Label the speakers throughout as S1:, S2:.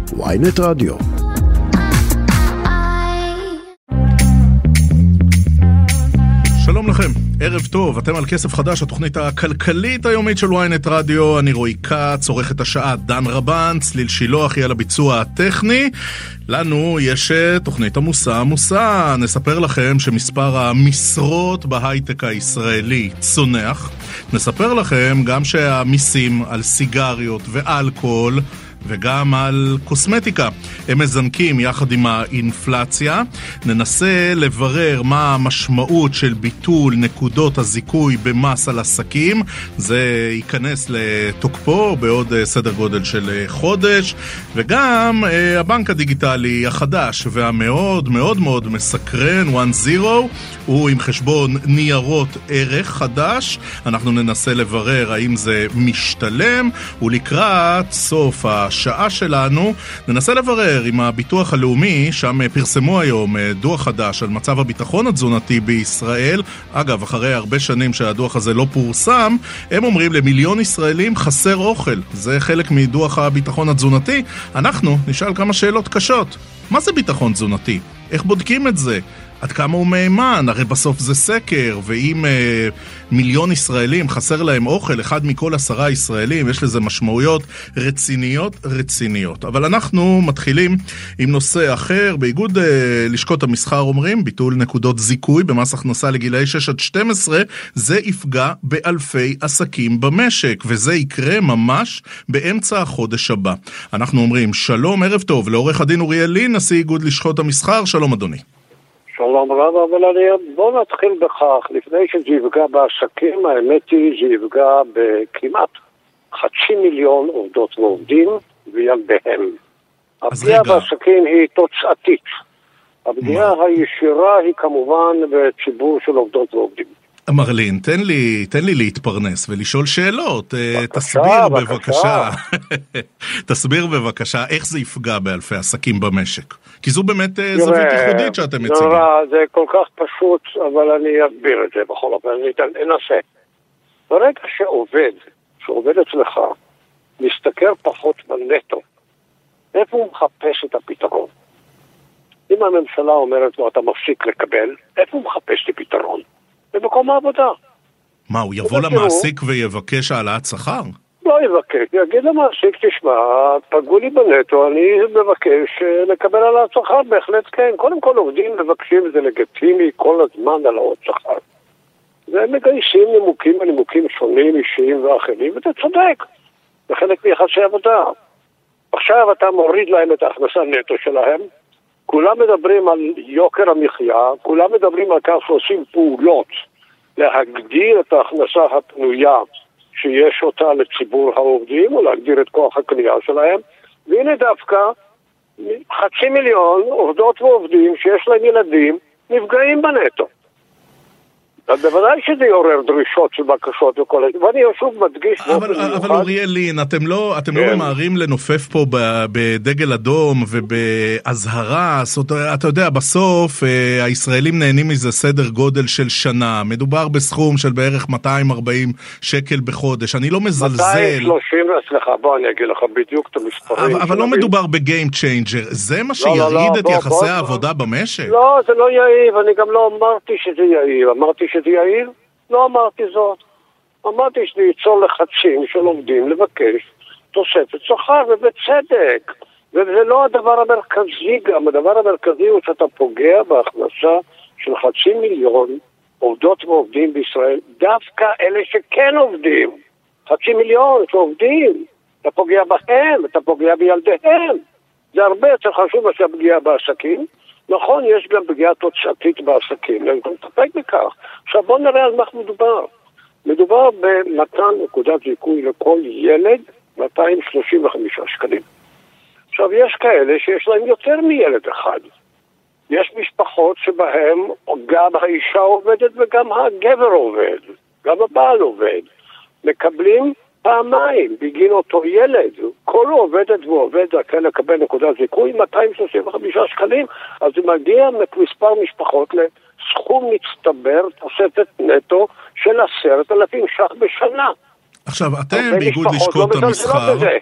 S1: ynet רדיו. שלום לכם, ערב טוב, אתם על כסף חדש, התוכנית הכלכלית היומית של ynet רדיו. אני רועי קץ, עורך את השעה דן רבן, צליל שילוח יהיה לביצוע הטכני. לנו יש תוכנית עמוסה. נספר לכם שמספר המשרות בהייטק הישראלי צונח. נספר לכם גם שהמיסים על סיגריות ואלכוהול וגם על קוסמטיקה הם מזנקים יחד עם האינפלציה. ננסה לברר מה המשמעות של ביטול נקודות הזיכוי במס על עסקים. זה ייכנס לתוקפו בעוד סדר גודל של חודש. וגם הבנק הדיגיטלי החדש והמאוד מאוד מאוד מסקרן 1-0 הוא עם חשבון ניירות ערך חדש. אנחנו ננסה לברר האם זה משתלם, ולקראת סוף השעה שלנו ננסה לברר עם הביטוח הלאומי, שם פרסמו היום דוח חדש על מצב הביטחון התזונתי בישראל. אגב, אחרי הרבה שנים שהדוח הזה לא פורסם, הם אומרים למיליון ישראלים חסר אוכל. זה חלק מדוח הביטחון התזונתי. אנחנו נשאל כמה שאלות קשות. מה זה ביטחון תזונתי? איך בודקים את זה? עד כמה הוא מהימן? הרי בסוף זה סקר, ואם מיליון ישראלים חסר להם אוכל, 1 מכל 10 ישראלים, יש לזה משמעויות רציניות. אבל אנחנו מתחילים עם נושא אחר. באיגוד לשכות המסחר אומרים, ביטול נקודות זיכוי במס הכנסה לגילאי 6 עד 12, זה יפגע באלפי עסקים במשק, וזה יקרה ממש באמצע החודש הבא. אנחנו אומרים, שלום, ערב טוב, לעורך הדין אוריאל לין, נשיא איגוד לשכות המסחר. שלום אדוני.
S2: שלום רב, אבל בוא נתחיל בכך, לפני שזה יפגע בעסקים, האמת היא זה יפגע בכמעט 500,000 עובדות ועובדים וילדיהם. הפגיעה בעסקים היא תוצאתית. הפגיעה הישירה היא כמובן בציבור של עובדות ועובדים.
S1: מרלין, תן לי להתפרנס ולשאול שאלות. תסביר בבקשה. תסביר בבקשה איך זה יפגע באלפי עסקים במשק. כי זו באמת זווית ייחודית שאתם מציגים.
S2: זה כל כך פשוט, אבל אני אסביר את זה בכל אופן, אני אנסה. ברגע שעובד אצלך, מסתכל פחות בנטו, איפה הוא מחפש את הפתרון? אם הממשלה אומרת לו, אתה מפסיק לקבל, איפה הוא מחפש את הפתרון? במקום העבודה.
S1: מה, הוא יבוא למעסיק ויבקש העלאת שכר?
S2: לא יבקש, יגיד למעסיק, תשמע, פגעו לי בנטו, אני מבקש לקבל העלאת שכר, בהחלט כן. קודם כל עובדים מבקשים, זה לגיטימי כל הזמן העלאות שכר. והם מגייסים נימוקים שונים, אישיים ואחרים, ואתה צודק. זה חלק מיחסי עבודה. עכשיו אתה מוריד להם את ההכנסה נטו שלהם, כולם מדברים על יוקר המחיה, כולם מדברים על כך שעושים פעולות להגדיר את ההכנסה הפנויה שיש אותה לציבור העובדים, או להגדיר את כוח הקנייה שלהם, והנה דווקא 500,000 עובדות ועובדים שיש להם ילדים נפגעים בנטו. אז בוודאי שזה יעורר דרישות של בקשות וכל זה, ואני שוב מדגיש...
S1: אבל אוריאל לין, אתם לא ממהרים לנופף פה בדגל אדום ובהזהרה, אתה יודע, בסוף הישראלים נהנים מזה סדר גודל של שנה, מדובר בסכום של בערך 240 שקל בחודש, אני לא מזלזל...
S2: 230, סליחה, בוא אני אגיד לך בדיוק את המספרים...
S1: אבל לא מדובר בגיים צ'יינג'ר, זה מה שיריד את יחסי העבודה במשק?
S2: לא, זה לא יעיל, אני גם לא אמרתי שזה יעיל, אמרתי שזה יעיל? לא אמרתי זאת. אמרתי שזה ייצור לחצים של עובדים לבקש תוספת שכר, ובצדק. וזה לא הדבר המרכזי גם. הדבר המרכזי הוא שאתה פוגע בהכנסה של 500,000 עובדות ועובדים בישראל, דווקא אלה שכן עובדים. 500,000 שעובדים. אתה פוגע בהם, אתה פוגע בילדיהם. זה הרבה יותר חשוב מאשר פגיעה בעסקים. נכון, יש גם פגיעה תוצאתית בעסקים, אני יכול לטפק בכך. עכשיו בואו נראה על מה מדובר. מדובר במתן נקודת זיכוי לכל ילד 235 שקלים. עכשיו יש כאלה שיש להם יותר מילד אחד. יש משפחות שבהם גם האישה עובדת וגם הגבר עובד, גם הבעל עובד. מקבלים פעמיים בגין אותו ילד. כל עובדת ועובד כאן לקבל נקודת זיכוי 235 שקלים, אז זה מגיע מספר משפחות לסכום מצטבר, תוספת נטו של 10,000 ש"ח בשנה.
S1: עכשיו, אתם באיגוד לשכות המסחר,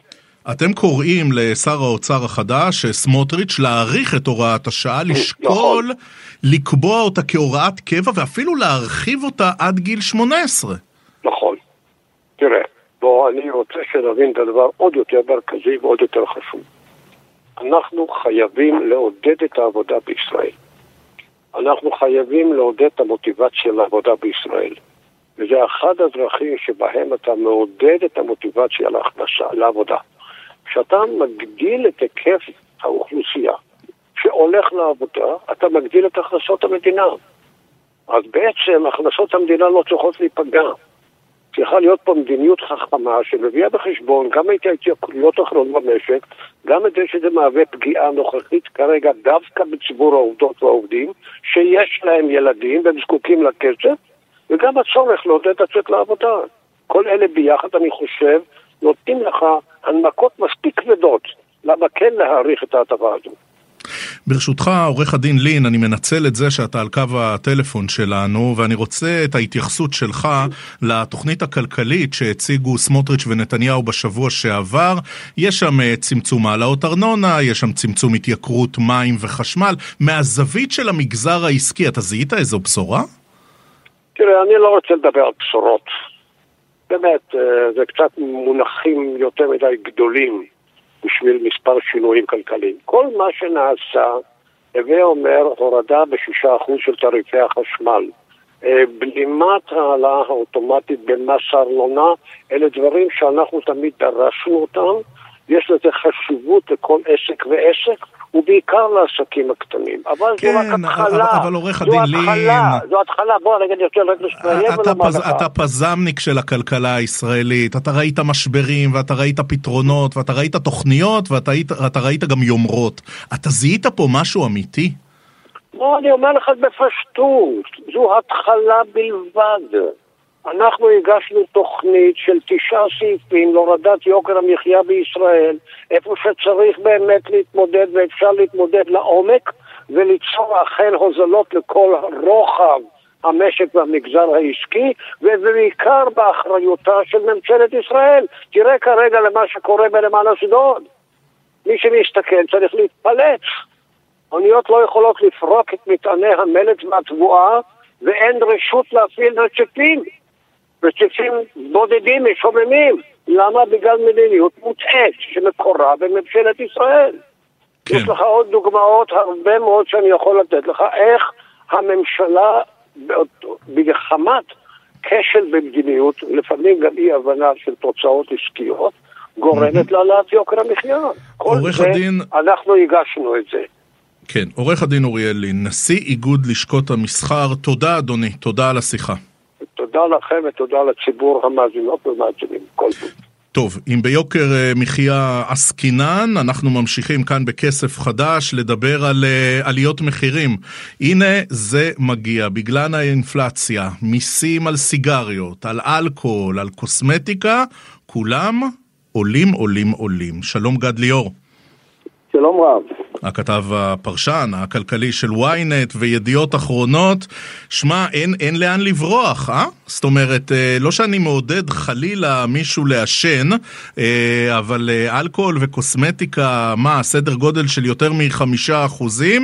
S1: אתם קוראים לשר האוצר החדש, סמוטריץ', להאריך את הוראת השעה, לשקול, לקבוע אותה כהוראת קבע, ואפילו להרחיב אותה עד גיל 18.
S2: נכון. תראה, בוא, אני רוצה שנבין את הדבר עוד יותר מרכזי ועוד יותר חשוב. אנחנו חייבים לעודד את העבודה בישראל. אנחנו חייבים לעודד את המוטיבציה לעבודה בישראל. וזה אחד הדרכים שבהם אתה מעודד את המוטיבציה להכנסה, לעבודה. כשאתה מגדיל את היקף האוכלוסייה שהולך לעבודה, אתה מגדיל את הכנסות המדינה. אז בעצם הכנסות המדינה לא צריכות להיפגע. צריכה להיות פה מדיניות חכמה שמביאה בחשבון גם את ההתייקרויות האחרונות במשק, גם את זה שזה מהווה פגיעה נוכחית כרגע דווקא בציבור העובדות והעובדים, שיש להם ילדים והם זקוקים לכסף, וגם הצורך לעודד לצאת לעבודה. כל אלה ביחד, אני חושב, נותנים לך הנמקות מספיק כבדות, למה כן להאריך את ההטבה הזו.
S1: ברשותך, עורך הדין לין, אני מנצל את זה שאתה על קו הטלפון שלנו, ואני רוצה את ההתייחסות שלך לתוכנית הכלכלית שהציגו סמוטריץ' ונתניהו בשבוע שעבר. יש שם צמצום העלאות ארנונה, יש שם צמצום התייקרות מים וחשמל. מהזווית של המגזר העסקי, אתה זיהית איזו בשורה?
S2: תראה, אני לא רוצה לדבר על בשורות. באמת, זה קצת מונחים יותר מדי גדולים בשביל מספר שינויים כלכליים. כל מה שנעשה, הווה אומר, הורדה ב6% של תעריפי החשמל. בלימת העלאה האוטומטית במס הארנונה, אלה דברים שאנחנו תמיד דרשנו אותם. יש לזה חשיבות לכל עסק ועסק, ובעיקר לעסקים הקטנים. אבל
S1: כן,
S2: זו רק התחלה.
S1: אבל עורך הדין לין...
S2: זו התחלה, בוא נגיד יותר רק לסיים ולומר לך.
S1: אתה פזמניק של הכלכלה הישראלית, אתה ראית משברים, ואתה ראית פתרונות, ואתה ראית תוכניות, ואתה ראית גם יומרות. אתה זיהית פה משהו אמיתי?
S2: לא, אני אומר לך בפשטות, זו התחלה בלבד. אנחנו הגשנו תוכנית של 9 סעיפים להורדת יוקר המחיה בישראל, איפה שצריך באמת להתמודד ואפשר להתמודד לעומק, וליצור אכן הוזלות לכל רוחב המשק והמגזר העסקי, ובעיקר באחריותה של ממשלת ישראל. תראה כרגע למה שקורה בנמל אשדוד. מי שמסתכל צריך להתפלץ. אוניות לא יכולות לפרוק את מטעני המלט והתבואה, ואין רשות להפעיל רצפים. רצפים בודדים, משוממים. למה? בגלל מדיניות מוטעית שמקורה בממשלת ישראל. כן. יש לך עוד דוגמאות הרבה מאוד שאני יכול לתת לך, איך הממשלה בגחמת כשל במדיניות, לפעמים גם אי הבנה של תוצאות עסקיות, גורמת להעלאת יוקר המחיה. כל זה, אנחנו הגשנו את זה.
S1: כן, עורך הדין אוריאל לין, נשיא איגוד לשכות המסחר, תודה אדוני, תודה על השיחה.
S2: תודה לכם ותודה לציבור המאזינות ומאזינים, כל טוב.
S1: טוב, אם ביוקר מחיה עסקינן, אנחנו ממשיכים כאן בכסף חדש לדבר על עליות מחירים. הנה זה מגיע, בגלל האינפלציה, מיסים על סיגריות, על אלכוהול, על קוסמטיקה, כולם עולים, עולים, עולים. שלום גד ליאור.
S3: שלום רב.
S1: הכתב הפרשן, הכלכלי של ynet וידיעות אחרונות. שמה, אין לאן לברוח, זאת אומרת, לא שאני מעודד חלילה מישהו לעשן, אבל אלכוהול וקוסמטיקה, סדר גודל של יותר מ5%,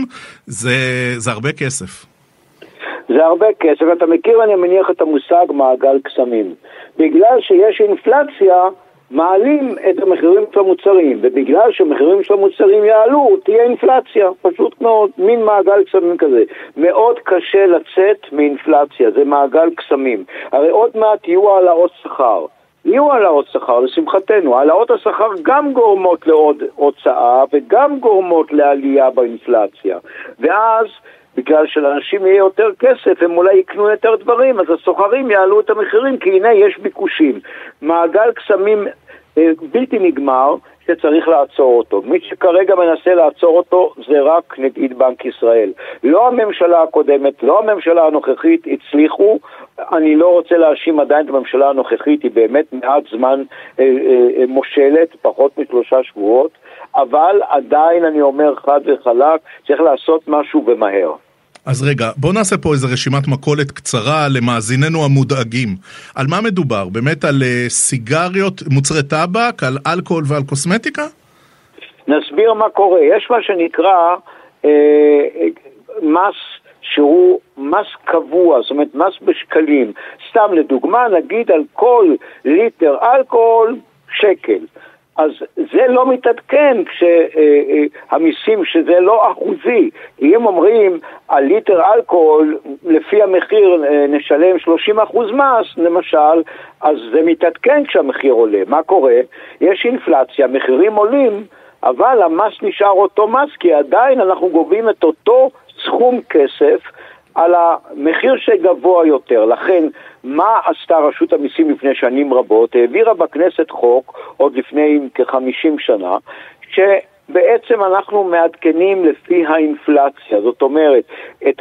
S1: זה הרבה כסף.
S3: זה הרבה כסף. אתה מכיר, אני מניח את המושג מעגל קסמים. בגלל שיש אינפלציה, מעלים את המחירים של המוצרים, ובגלל שמחירים של המוצרים יעלו, תהיה אינפלציה, פשוט מאוד, מין מעגל קסמים כזה. מאוד קשה לצאת מאינפלציה, זה מעגל קסמים. הרי עוד מעט יהיו העלאות שכר. יהיו העלאות שכר, לשמחתנו. העלאות השכר גם גורמות לעוד הוצאה, וגם גורמות לעלייה באינפלציה. ואז בגלל שלאנשים יהיה יותר כסף, הם אולי יקנו יותר דברים, אז הסוחרים יעלו את המחירים, כי הנה יש ביקושים. מעגל קסמים בלתי נגמר, שצריך לעצור אותו. מי שכרגע מנסה לעצור אותו, זה רק נגיד בנק ישראל. לא הממשלה הקודמת, לא הממשלה הנוכחית הצליחו. אני לא רוצה להאשים עדיין את הממשלה הנוכחית, היא באמת מעט זמן מושלת, פחות מ3 שבועות, אבל עדיין אני אומר חד וחלק, צריך לעשות משהו במהר.
S1: אז רגע, בוא נעשה פה איזו רשימת מכולת קצרה למאזיננו המודאגים. על מה מדובר? באמת על סיגריות, מוצרי טבק, על אלכוהול ועל קוסמטיקה?
S3: נסביר מה קורה. יש מה שנקרא מס שהוא מס קבוע, זאת אומרת מס בשקלים. סתם לדוגמה, נגיד על כל ליטר אלכוהול שקל. אז זה לא מתעדכן כשהמיסים שזה לא אחוזי. אם אומרים על ליטר אלכוהול לפי המחיר נשלם 30% מס למשל, אז זה מתעדכן כשהמחיר עולה. מה קורה? יש אינפלציה, מחירים עולים, אבל המס נשאר אותו מס, כי עדיין אנחנו גובים את אותו סכום כסף על המחיר שגבוה יותר. לכן, מה עשתה רשות המיסים לפני שנים רבות? העבירה בכנסת חוק, עוד לפני כ-50 שנה, שבעצם אנחנו מעדכנים לפי האינפלציה. זאת אומרת, את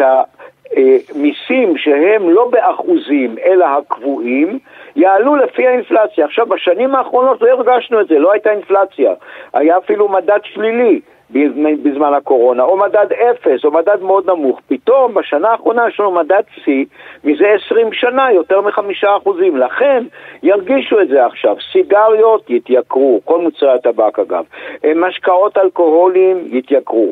S3: המיסים שהם לא באחוזים, אלא הקבועים, יעלו לפי האינפלציה. עכשיו, בשנים האחרונות לא הרגשנו את זה, לא הייתה אינפלציה. היה אפילו מדד שלילי בזמן הקורונה, או מדד אפס, או מדד מאוד נמוך. פתאום בשנה האחרונה יש לנו מדד C, מזה 20 שנה, יותר מ5%. לכן ירגישו את זה עכשיו. סיגריות יתייקרו, כל מוצרי הטבק אגב. משקאות אלכוהוליים יתייקרו.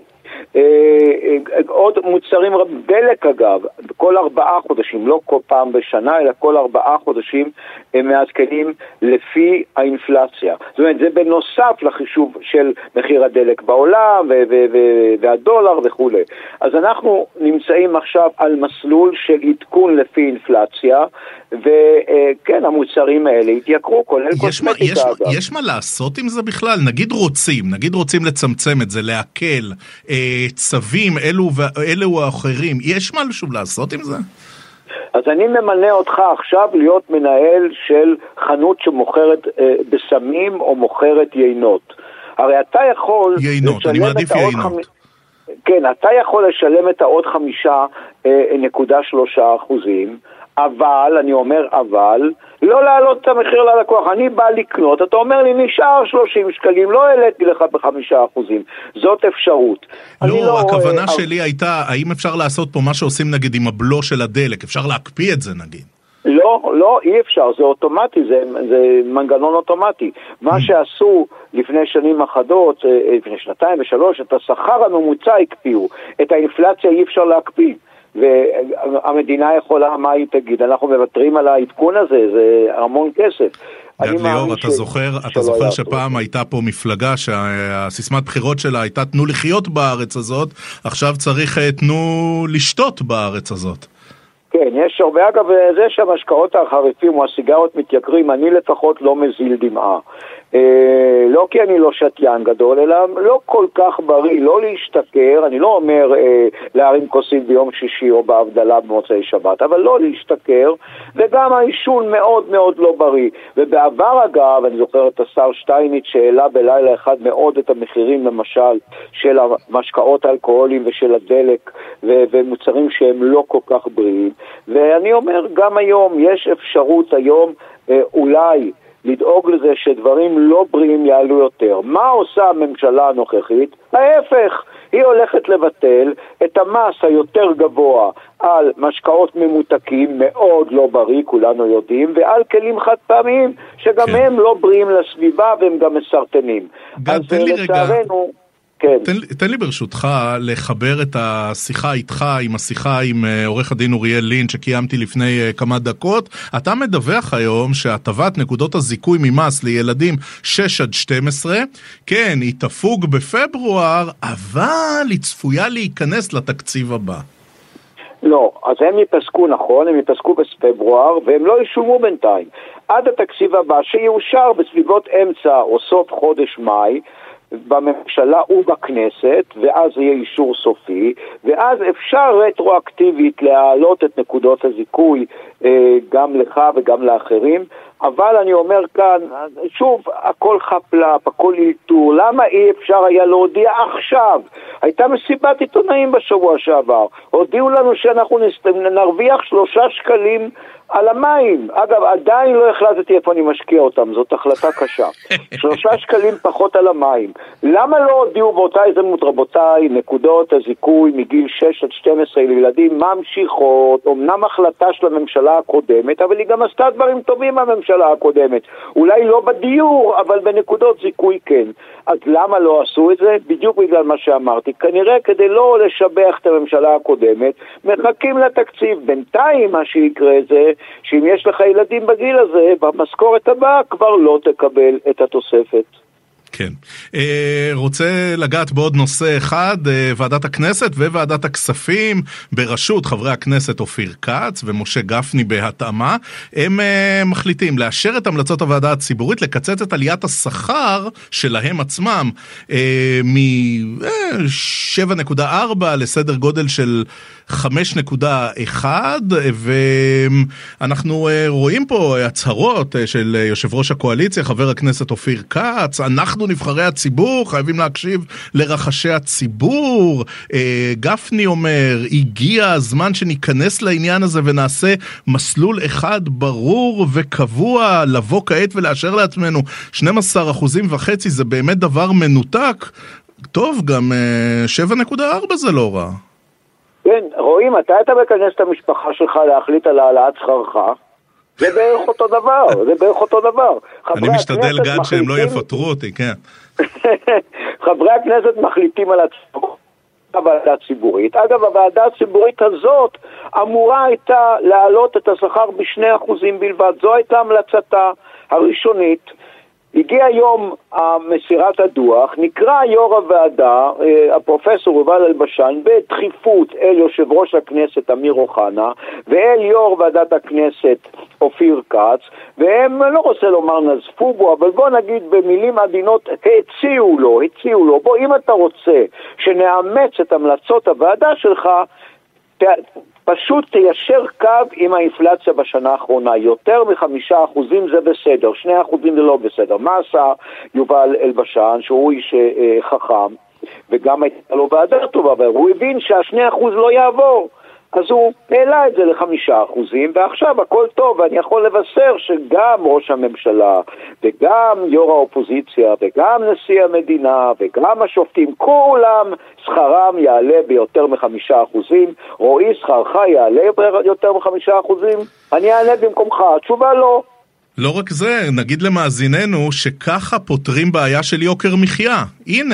S3: עוד מוצרים דלק אגב, כל 4 חודשים, לא כל פעם בשנה, אלא כל 4 חודשים הם מעדכנים לפי האינפלציה. זאת אומרת, זה בנוסף לחישוב של מחיר הדלק בעולם והדולר וכו'. אז אנחנו נמצאים עכשיו על מסלול של עדכון לפי אינפלציה, וכן, המוצרים האלה התייקרו, כולל קוסמטיקה אגב.
S1: יש מה לעשות עם זה בכלל? נגיד רוצים לצמצם את זה, להקל צווים אלו או אחרים, יש מה שוב לעשות עם זה?
S3: אז אני ממנה אותך עכשיו להיות מנהל של חנות שמוכרת בסמים או מוכרת יינות. הרי אתה יכול
S1: יינות, אני מעדיף יינות.
S3: כן, אתה יכול לשלם את העוד 5.3%, אבל, אני אומר אבל, לא להעלות את המחיר ללקוח. אני בא לקנות, אתה אומר לי נשאר 30 שקלים, לא העליתי לך ב5%. זאת אפשרות.
S1: לא, הכוונה שלי הייתה, האם אפשר לעשות פה מה שעושים נגיד עם הבלו של הדלק? אפשר להקפיא את זה נגיד?
S3: לא, אי אפשר, זה אוטומטי, זה מנגנון אוטומטי. מה שעשו לפני שנים אחדות, לפני 2 ו3, את השכר הממוצע הקפיאו, את האינפלציה אי אפשר להקפיא. והמדינה יכולה, מה היא תגיד? אנחנו מוותרים על העדכון הזה, זה המון כסף.
S1: ליאור, אתה זוכר שפעם הייתה פה מפלגה שהסיסמת בחירות שלה הייתה תנו לחיות בארץ הזאת, עכשיו צריך תנו לשתות בארץ הזאת.
S3: כן, יש הרבה, אגב, זה שהמשקאות החריפים או הסיגרות מתייקרים, אני לפחות לא מזיל דמעה. לא כי אני לא שתיין גדול, אלא לא כל כך בריא, לא להשתכר, אני לא אומר להרים כוסית ביום שישי או בהבדלה במוצאי שבת, אבל לא להשתכר, וגם העישון מאוד מאוד לא בריא. ובעבר אגב, אני זוכר את השר שטייניץ שהעלה בלילה אחד מאוד את המחירים למשל של המשקאות האלכוהוליים ושל הדלק ומוצרים שהם לא כל כך בריאים, ואני אומר גם היום יש אפשרות היום אולי לדאוג לזה שדברים לא בריאים יעלו יותר. מה עושה הממשלה הנוכחית? ההפך, היא הולכת לבטל את המס היותר גבוה על משקאות ממותקים, מאוד לא בריא, כולנו יודעים, ועל כלים חד פעמיים, שגם הם לא בריאים לסביבה והם גם מסרטנים.
S1: גד, תן לי רגע.
S3: כן.
S1: תן לי ברשותך לחבר את השיחה איתך עם השיחה עם עורך הדין אוריאל לין שקיימתי לפני כמה דקות. אתה מדווח היום שהטבת נקודות הזיכוי ממס לילדים 6 עד 12, כן, היא תפוג בפברואר, אבל היא צפויה להיכנס לתקציב הבא.
S3: לא, אז הם יפסקו נכון, הם יפסקו בפברואר, והם לא ישולמו בינתיים. עד התקציב הבא שיאושר בסביבות אמצע או סוף חודש מאי, בממשלה ובכנסת, ואז יהיה אישור סופי, ואז אפשר רטרואקטיבית להעלות את נקודות הזיכוי גם לך וגם לאחרים, אבל אני אומר כאן, שוב, הכל חפלף, הכל איתור, למה אי אפשר היה להודיע עכשיו? הייתה מסיבת עיתונאים בשבוע שעבר, הודיעו לנו שאנחנו נרוויח 3 שקלים על המים, אגב, עדיין לא החלטתי איפה אני משקיע אותם, זאת החלטה קשה. 3 שקלים פחות על המים. למה לא הודיעו באותה הזדמנות, רבותיי, נקודות הזיכוי מגיל 6 עד 12 לילדים ממשיכות, אמנם החלטה של הממשלה הקודמת, אבל היא גם עשתה דברים טובים מהממשלה הקודמת. אולי לא בדיור, אבל בנקודות זיכוי כן. אז למה לא עשו את זה? בדיוק בגלל מה שאמרתי. כנראה כדי לא לשבח את הממשלה הקודמת, מחכים לתקציב. בינתיים מה שיקרה זה שאם יש לך ילדים בגיל הזה, במשכורת הבאה כבר לא תקבל את התוספת.
S1: כן. רוצה לגעת בעוד נושא אחד, ועדת הכנסת וועדת הכספים בראשות חברי הכנסת אופיר כץ ומשה גפני בהתאמה, הם מחליטים לאשר את המלצות הוועדה הציבורית, לקצץ את עליית השכר שלהם עצמם מ-7.4 לסדר גודל של 5.1, ואנחנו רואים פה הצהרות של יושב ראש הקואליציה, חבר הכנסת אופיר כץ, אנחנו נבחרי הציבור, חייבים להקשיב לרחשי הציבור. גפני אומר, הגיע הזמן שניכנס לעניין הזה ונעשה מסלול אחד ברור וקבוע, לבוא כעת ולאשר לעצמנו 12.5%, זה באמת דבר מנותק. טוב, גם 7.4 זה לא רע.
S3: כן, רואים, אתה מכנס את המשפחה שלך להחליט על העלאת שכרך, זה בערך אותו דבר, זה בערך אותו דבר.
S1: אני משתדל גד שהם לא יפטרו אותי, כן.
S3: חברי הכנסת מחליטים על הוועדה הציבורית. אגב, הוועדה הציבורית הזאת אמורה הייתה להעלות את השכר ב2% בלבד. זו הייתה המלצתה הראשונית. הגיע יום מסירת הדוח, נקרא יו"ר הוועדה, הפרופסור יובל אלבשן, בדחיפות אל יושב ראש הכנסת אמיר אוחנה, ואל יו"ר ועדת הכנסת אופיר כץ, והם, לא רוצה לומר נזפו בו, אבל בוא נגיד במילים עדינות, הציעו לו, בוא, אם אתה רוצה שנאמץ את המלצות הוועדה שלך, פשוט תיישר קו עם האינפלציה בשנה האחרונה. יותר מ5% זה בסדר, 2% זה לא בסדר. מה עשה יובל אלבשן, שהוא איש חכם, וגם הייתה לו ועדה טובה, והוא הבין שה2% לא יעבור. אז הוא העלה את זה ל5%, ועכשיו הכל טוב, ואני יכול לבשר שגם ראש הממשלה, וגם יו"ר האופוזיציה, וגם נשיא המדינה, וגם השופטים, כולם שכרם יעלה ביותר מ5%. רואי, שכרך יעלה ביותר מ5%? אני אענה במקומך, התשובה לא.
S1: לא רק זה, נגיד למאזיננו שככה פותרים בעיה של יוקר מחיה. הנה,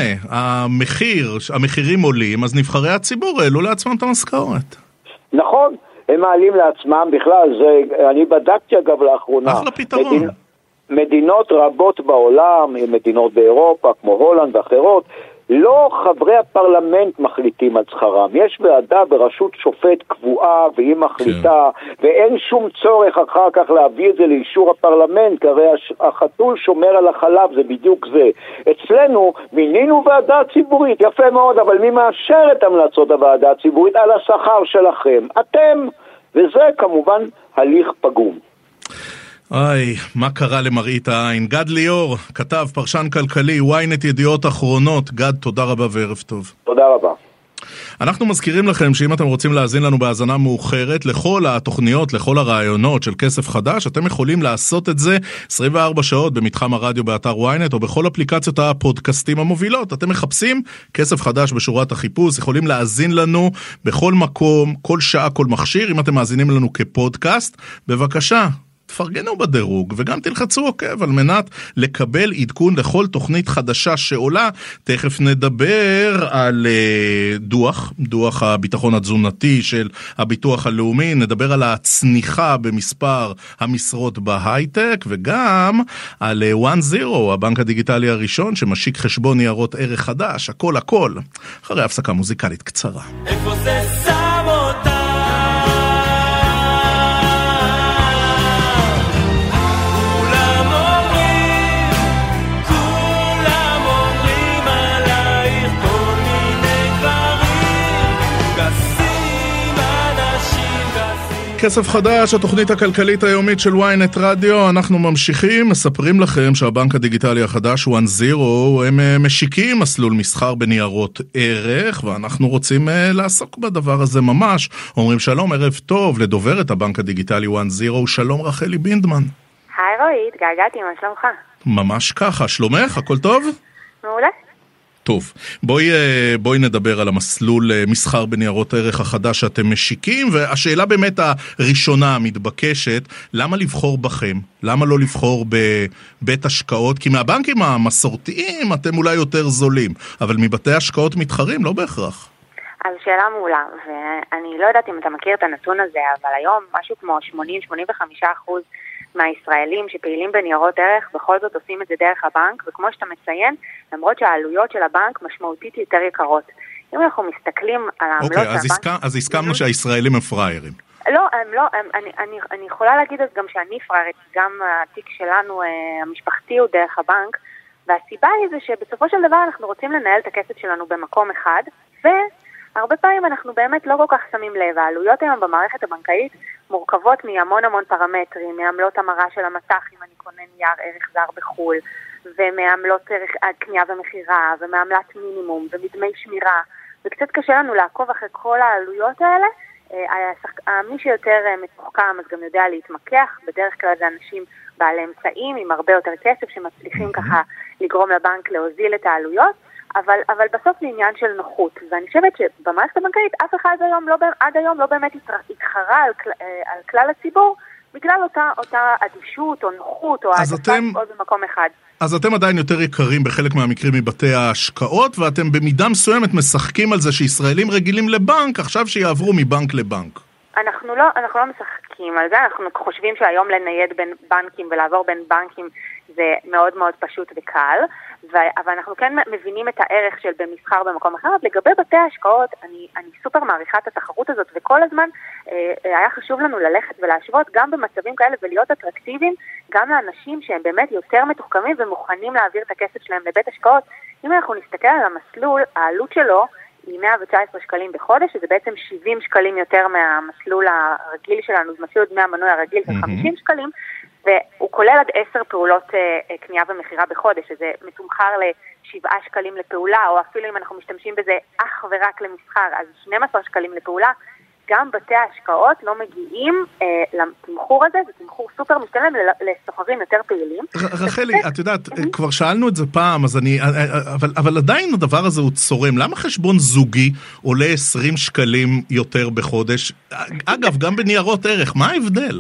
S1: המחירים עולים, אז נבחרי הציבור העלו לעצמם את המשכורת.
S3: נכון, הם מעלים לעצמם בכלל, אני בדקתי אגב לאחרונה.
S1: אחלה פתרון.
S3: מדינות רבות בעולם, מדינות באירופה, כמו הולנד ואחרות, לא חברי הפרלמנט מחליטים על שכרם. יש ועדה בראשות שופט קבועה, והיא מחליטה, ואין שום צורך אחר כך להביא את זה לאישור הפרלמנט, כי הרי החתול שומר על החלב, זה בדיוק זה. אצלנו מינינו ועדה ציבורית, יפה מאוד, אבל מי מאשר את המלצות הוועדה הציבורית? על השכר שלכם. אתם, וזה כמובן הליך פגום.
S1: איי, מה קרה למראית העין? גד ליאור, כתב, פרשן כלכלי, ynet ידיעות אחרונות. גד, תודה רבה וערב טוב.
S3: תודה רבה.
S1: אנחנו מזכירים לכם שאם אתם רוצים להאזין לנו בהאזנה מאוחרת לכל התוכניות, לכל הרעיונות של כסף חדש, אתם יכולים לעשות את זה 24 שעות במתחם הרדיו באתר ynet או בכל אפליקציות הפודקאסטים המובילות. אתם מחפשים כסף חדש בשורת החיפוש, יכולים להאזין לנו בכל מקום, כל שעה, כל מכשיר. אם אתם מאזינים לנו כפודקאסט, בבקשה, תפרגנו בדירוג וגם תלחצו עוקב על מנת לקבל עדכון לכל תוכנית חדשה שעולה. תכף נדבר על דוח הביטחון התזונתי של הביטוח הלאומי, נדבר על הצניחה במספר המשרות בהייטק וגם על 1-0, הבנק הדיגיטלי הראשון שמשיק חשבון ניירות ערך חדש. הכל אחרי הפסקה מוזיקלית קצרה.
S4: איפה זה שם אותה?
S1: כסף חדש, התוכנית הכלכלית היומית של ynet רדיו. אנחנו ממשיכים, מספרים לכם שהבנק הדיגיטלי החדש OneZero הם משיקים מסלול מסחר בניירות ערך, ואנחנו רוצים לעסוק בדבר הזה ממש. אומרים שלום, ערב טוב לדוברת הבנק הדיגיטלי OneZero, שלום רחלי בינדמן.
S5: היי רועי, התגעגעתי, מה שלומך?
S1: ממש ככה, שלומך? הכל טוב?
S5: מעולה.
S1: טוב, בואי נדבר על המסלול מסחר בניירות ערך החדש שאתם משיקים, והשאלה באמת הראשונה המתבקשת, למה לבחור בכם? למה לא לבחור בבית השקעות? כי מהבנקים המסורתיים אתם אולי יותר זולים, אבל מבתי השקעות מתחרים לא בהכרח.
S5: אז שאלה מעולה, ואני לא יודעת אם אתה מכיר את הנתון הזה, אבל היום משהו כמו 80-85% מהישראלים שפעילים בניירות ערך בכל זאת עושים את זה דרך הבנק, וכמו שאתה מציין, למרות שהעלויות של הבנק משמעותית יותר יקרות. אם אנחנו מסתכלים על העמלות של הבנק...
S1: אז הסכמנו שהישראלים הם פריירים.
S5: לא, הם לא, אני יכולה להגיד גם שאני פריירית, גם התיק שלנו המשפחתי הוא דרך הבנק, והסיבה היא זה שבסופו של דבר אנחנו רוצים לנהל את הכסף שלנו במקום אחד, והרבה פעמים אנחנו באמת לא כל כך שמים לב. העלויות היום במערכת הבנקאית מורכבות מהמון פרמטרים, מעמלות המרה של המטח אם אני קונה נייר ערך זר בחול, ומעמלות ערך קנייה ומחירה, ומעמלת מינימום, ומדמי שמירה, וקצת קשה לנו לעקוב אחרי כל העלויות האלה. מי שיותר מתוחכם אז גם יודע להתמקח, בדרך כלל זה אנשים בעלי אמצעים עם הרבה יותר כסף שמצליחים ככה לגרום לבנק להוזיל את העלויות, אבל בסוף זה עניין של נוחות, ואני חושבת שבמערכת הבנקאית אף אחד עד היום לא באמת התחרה על כלל הציבור, בגלל אותה אדישות או נוחות או העדפה עוד במקום אחד.
S1: אז אתם עדיין יותר יקרים בחלק מהמקרים מבתי ההשקעות, ואתם במידה מסוימת משחקים על זה שישראלים רגילים לבנק, עכשיו שיעברו מבנק לבנק.
S5: אנחנו לא משחקים על זה, אנחנו חושבים שהיום לנייד בין בנקים ולעבור בין בנקים זה מאוד מאוד פשוט וקל, אבל אנחנו כן מבינים את הערך של במסחר במקום אחר. לגבי בתי ההשקעות, אני סופר מעריכה את התחרות הזאת, וכל הזמן היה חשוב לנו ללכת ולהשוות גם במצבים כאלה ולהיות אטרקטיביים, גם לאנשים שהם באמת יותר מתוחכמים ומוכנים להעביר את הכסף שלהם לבית השקעות. אם אנחנו נסתכל על המסלול, העלות שלו היא 119 שקלים בחודש, שזה בעצם 70 שקלים יותר מהמסלול הרגיל שלנו, זה מסלול דמי המנוי הרגיל של 50 שקלים, והוא כולל עד 10 פעולות קנייה ומחירה בחודש, שזה מתומחר ל7 שקלים לפעולה, או אפילו אם אנחנו משתמשים בזה אך ורק למסחר, אז 12 שקלים לפעולה. גם בתי ההשקעות לא מגיעים לתמחור הזה, זה תמחור סופר משתלם לסוחרים יותר פעילים.
S1: רחלי, את יודעת, כבר שאלנו את זה פעם, אבל עדיין הדבר הזה הוא צורם. למה חשבון זוגי עולה 20 שקלים יותר בחודש? אגב, גם בניירות ערך, מה ההבדל?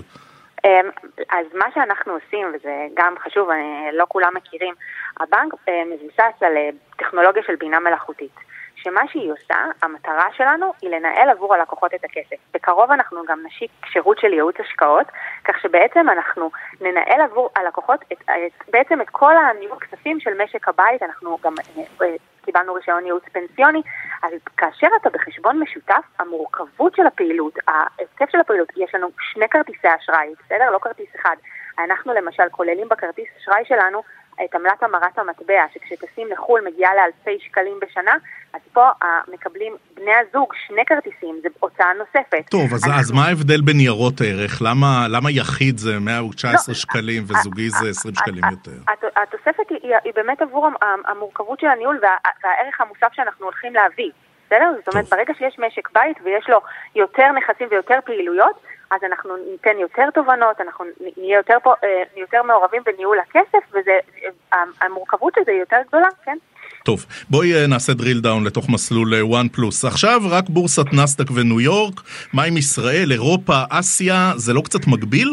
S5: אז מה שאנחנו עושים, וזה גם חשוב, לא כולם מכירים, הבנק מבוסס על טכנולוגיה של בינה מלאכותית. שמה שהיא עושה, המטרה שלנו היא לנהל עבור הלקוחות את הכסף. בקרוב אנחנו גם נשיק שירות של ייעוץ השקעות, כך שבעצם אנחנו ננהל עבור הלקוחות בעצם את כל הניהול כספים של משק הבית. אנחנו גם קיבלנו רישיון ייעוץ פנסיוני, אז כאשר אתה בחשבון משותף, המורכבות של הפעילות, ההיקף של הפעילות, יש לנו 2 כרטיסי אשראי, בסדר? לא כרטיס אחד. אנחנו למשל כוללים בכרטיס אשראי שלנו את עמלת המרת המטבע, שכשטסים לחול מגיעה לאלפי שקלים בשנה, אז פה מקבלים בני הזוג 2 כרטיסים, זה הוצאה נוספת.
S1: טוב, אז מה ההבדל בניירות ערך? למה יחיד זה 119 שקלים וזוגי זה 20 שקלים יותר?
S5: התוספת היא באמת עבור המורכבות של הניהול והערך המוסף שאנחנו הולכים להביא. בסדר? זאת אומרת, ברגע שיש משק בית ויש לו יותר נכסים ויותר פעילויות, אז אנחנו ניתן יותר תובנות, אנחנו נהיה יותר מעורבים בניהול הכסף, והמורכבות של זה היא יותר גדולה, כן?
S1: טוב, בואי נעשה דריל דאון לתוך מסלול OnePlus. עכשיו רק בורסת נסדק וניו יורק, מה עם ישראל, אירופה, אסיה, זה לא קצת מגביל?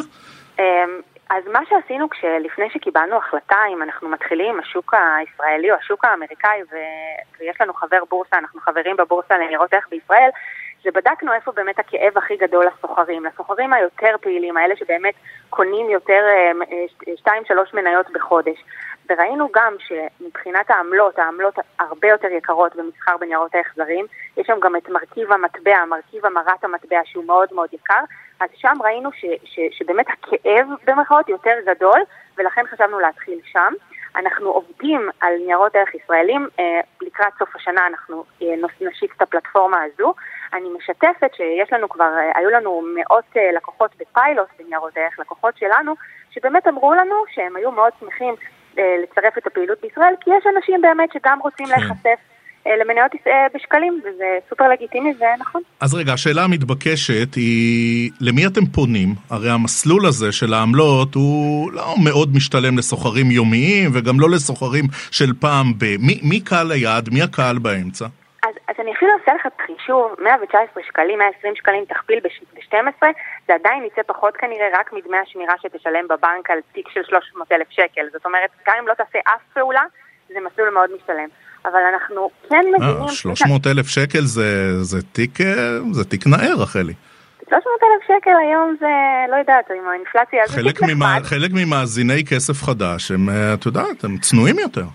S5: אז מה שעשינו לפני שקיבלנו החלטה, אם אנחנו מתחילים עם השוק הישראלי או השוק האמריקאי, ויש לנו חבר בורסה, אנחנו חברים בבורסה לניירות ערך בישראל, שבדקנו איפה באמת הכאב הכי גדול לסוחרים היותר פעילים, האלה שבאמת קונים יותר 2-3 מניות בחודש. וראינו גם שמבחינת העמלות הרבה יותר יקרות במסחר בניירות ערך זרים, יש שם גם את מרכיב המטבע, מרכיב המרת המטבע שהוא מאוד מאוד יקר, אז שם ראינו שבאמת הכאב במרכאות יותר גדול, ולכן חשבנו להתחיל שם. אנחנו עובדים על ניירות ערך ישראלים, לקראת סוף השנה אנחנו נשיק את הפלטפורמה הזו. אני משתפת שיש לנו כבר, היו לנו מאות לקוחות בפיילוט בניירות ערך, לקוחות שלנו, שבאמת אמרו לנו שהם היו מאוד שמחים לצרף את הפעילות בישראל, כי יש אנשים באמת שגם רוצים להיחשף למניות בשקלים, וזה סופר לגיטימי ונכון.
S1: אז רגע, השאלה המתבקשת היא, למי אתם פונים? הרי המסלול הזה של העמלות הוא לא מאוד משתלם לסוחרים יומיים, וגם לא לסוחרים של פעם מי קהל היעד? מי הקהל באמצע?
S5: אז אני אפילו עושה לך חישוב, 119 שקלים, 120 שקלים תכפיל ב-12, זה עדיין יצא פחות כנראה רק מדמי השמירה שתשלם בבנק על תיק של 300,000 שקל. זאת אומרת, גם אם לא תעשה אף פעולה, זה מסלול מאוד משתלם. אבל אנחנו כן מבינים...
S1: 300,000 שקל זה תיק נער, רחלי.
S5: 300,000 שקל היום זה, לא יודעת, עם האינפלציה...
S1: חלק ממאזיני כסף חדש, הם, את יודעת, הם צנועים יותר.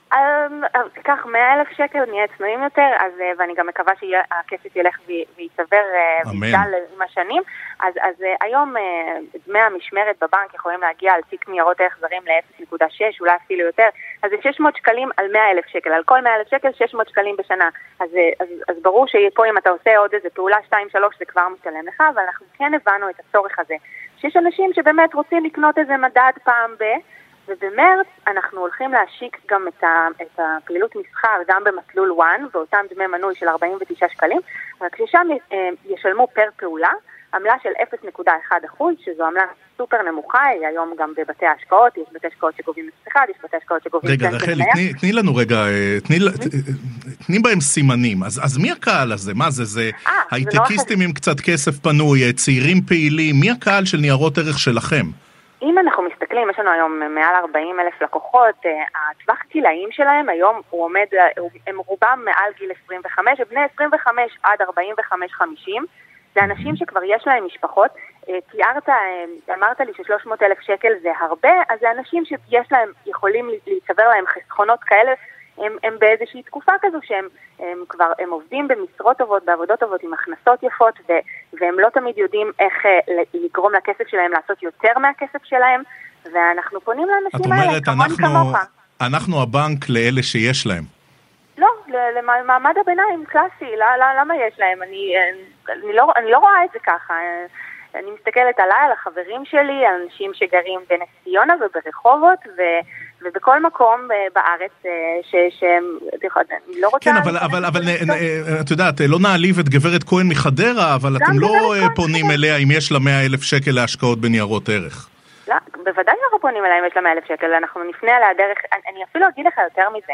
S5: כך 100,000 שקל נהיה צנועים יותר, ואני גם מקווה שהכסף ילך ויצבר ויגדל עם השנים. אז היום דמי המשמרת בבנק יכולים להגיע על תיק ניירות ערך זרים ל-0.6, אולי אפילו יותר. אז זה 600 שקלים על 100,000 שקל, על כל 100,000 שקל 600 שקלים בשנה. אז ברור שפה אם אתה עושה עוד איזה פעולה 2-3 זה כבר משתלם לך, אבל אנחנו כן הבנו את הצורך הזה. שיש אנשים שבאמת רוצים לקנות איזה מדד פעם ובמרץ אנחנו הולכים להשיק גם את הפעילות מסחר גם במסלול 1, ואותם דמי מנוי של 49 שקלים, רק ששם ישלמו פר פעולה, עמלה של 0.1%, שזו עמלה סופר נמוכה, היום גם בבתי ההשקעות, יש בתי השקעות שגובים 0.1, יש בתי השקעות שגובים...
S1: רגע, רחלי, תני לנו רגע, תני בהם סימנים, אז מי הקהל הזה? מה זה? זה הייטקיסטים עם קצת כסף פנוי, צעירים פעילים, מי הקהל של ניירות ערך שלכם?
S5: אם אנחנו מסתכלים, יש לנו היום מעל 40,000 לקוחות, הטווח גילאים שלהם היום הוא עומד, הם רובם מעל גיל 25, בני 25 עד 45-50, זה אנשים שכבר יש להם משפחות, אמרת לי ש300,000 שקל זה הרבה, אז זה אנשים שיש להם, יכולים להצבר להם חסכונות כאלה, הם באיזושהי תקופה כזו שהם כבר, הם עובדים במשרות טובות, בעבודות טובות, עם הכנסות יפות, והם לא תמיד יודעים איך לגרום לכסף שלהם לעשות יותר מהכסף שלהם, ואנחנו פונים לאנשים האלה, כמון כמוך.
S1: אנחנו הבנק לאלה שיש להם.
S5: לא, למעמד הביניים, קלאסי, למה יש להם? אני לא רואה את זה ככה. אני מסתכלת עליי, על החברים שלי, על אנשים שגרים בנס ציונה וברחובות, ובכל מקום בארץ שהם, אני לא רוצה...
S1: כן, אבל את יודעת, לא נעליב את גברת כהן מחדרה, אבל אתם לא פונים אליה אם יש לה 100,000 שקל להשקעות בניירות ערך.
S5: לא, בוודאי אנחנו פונים אליה אם יש לה 100,000 שקל, אנחנו נפנה עליה דרך, אני אפילו אגיד לך יותר מזה.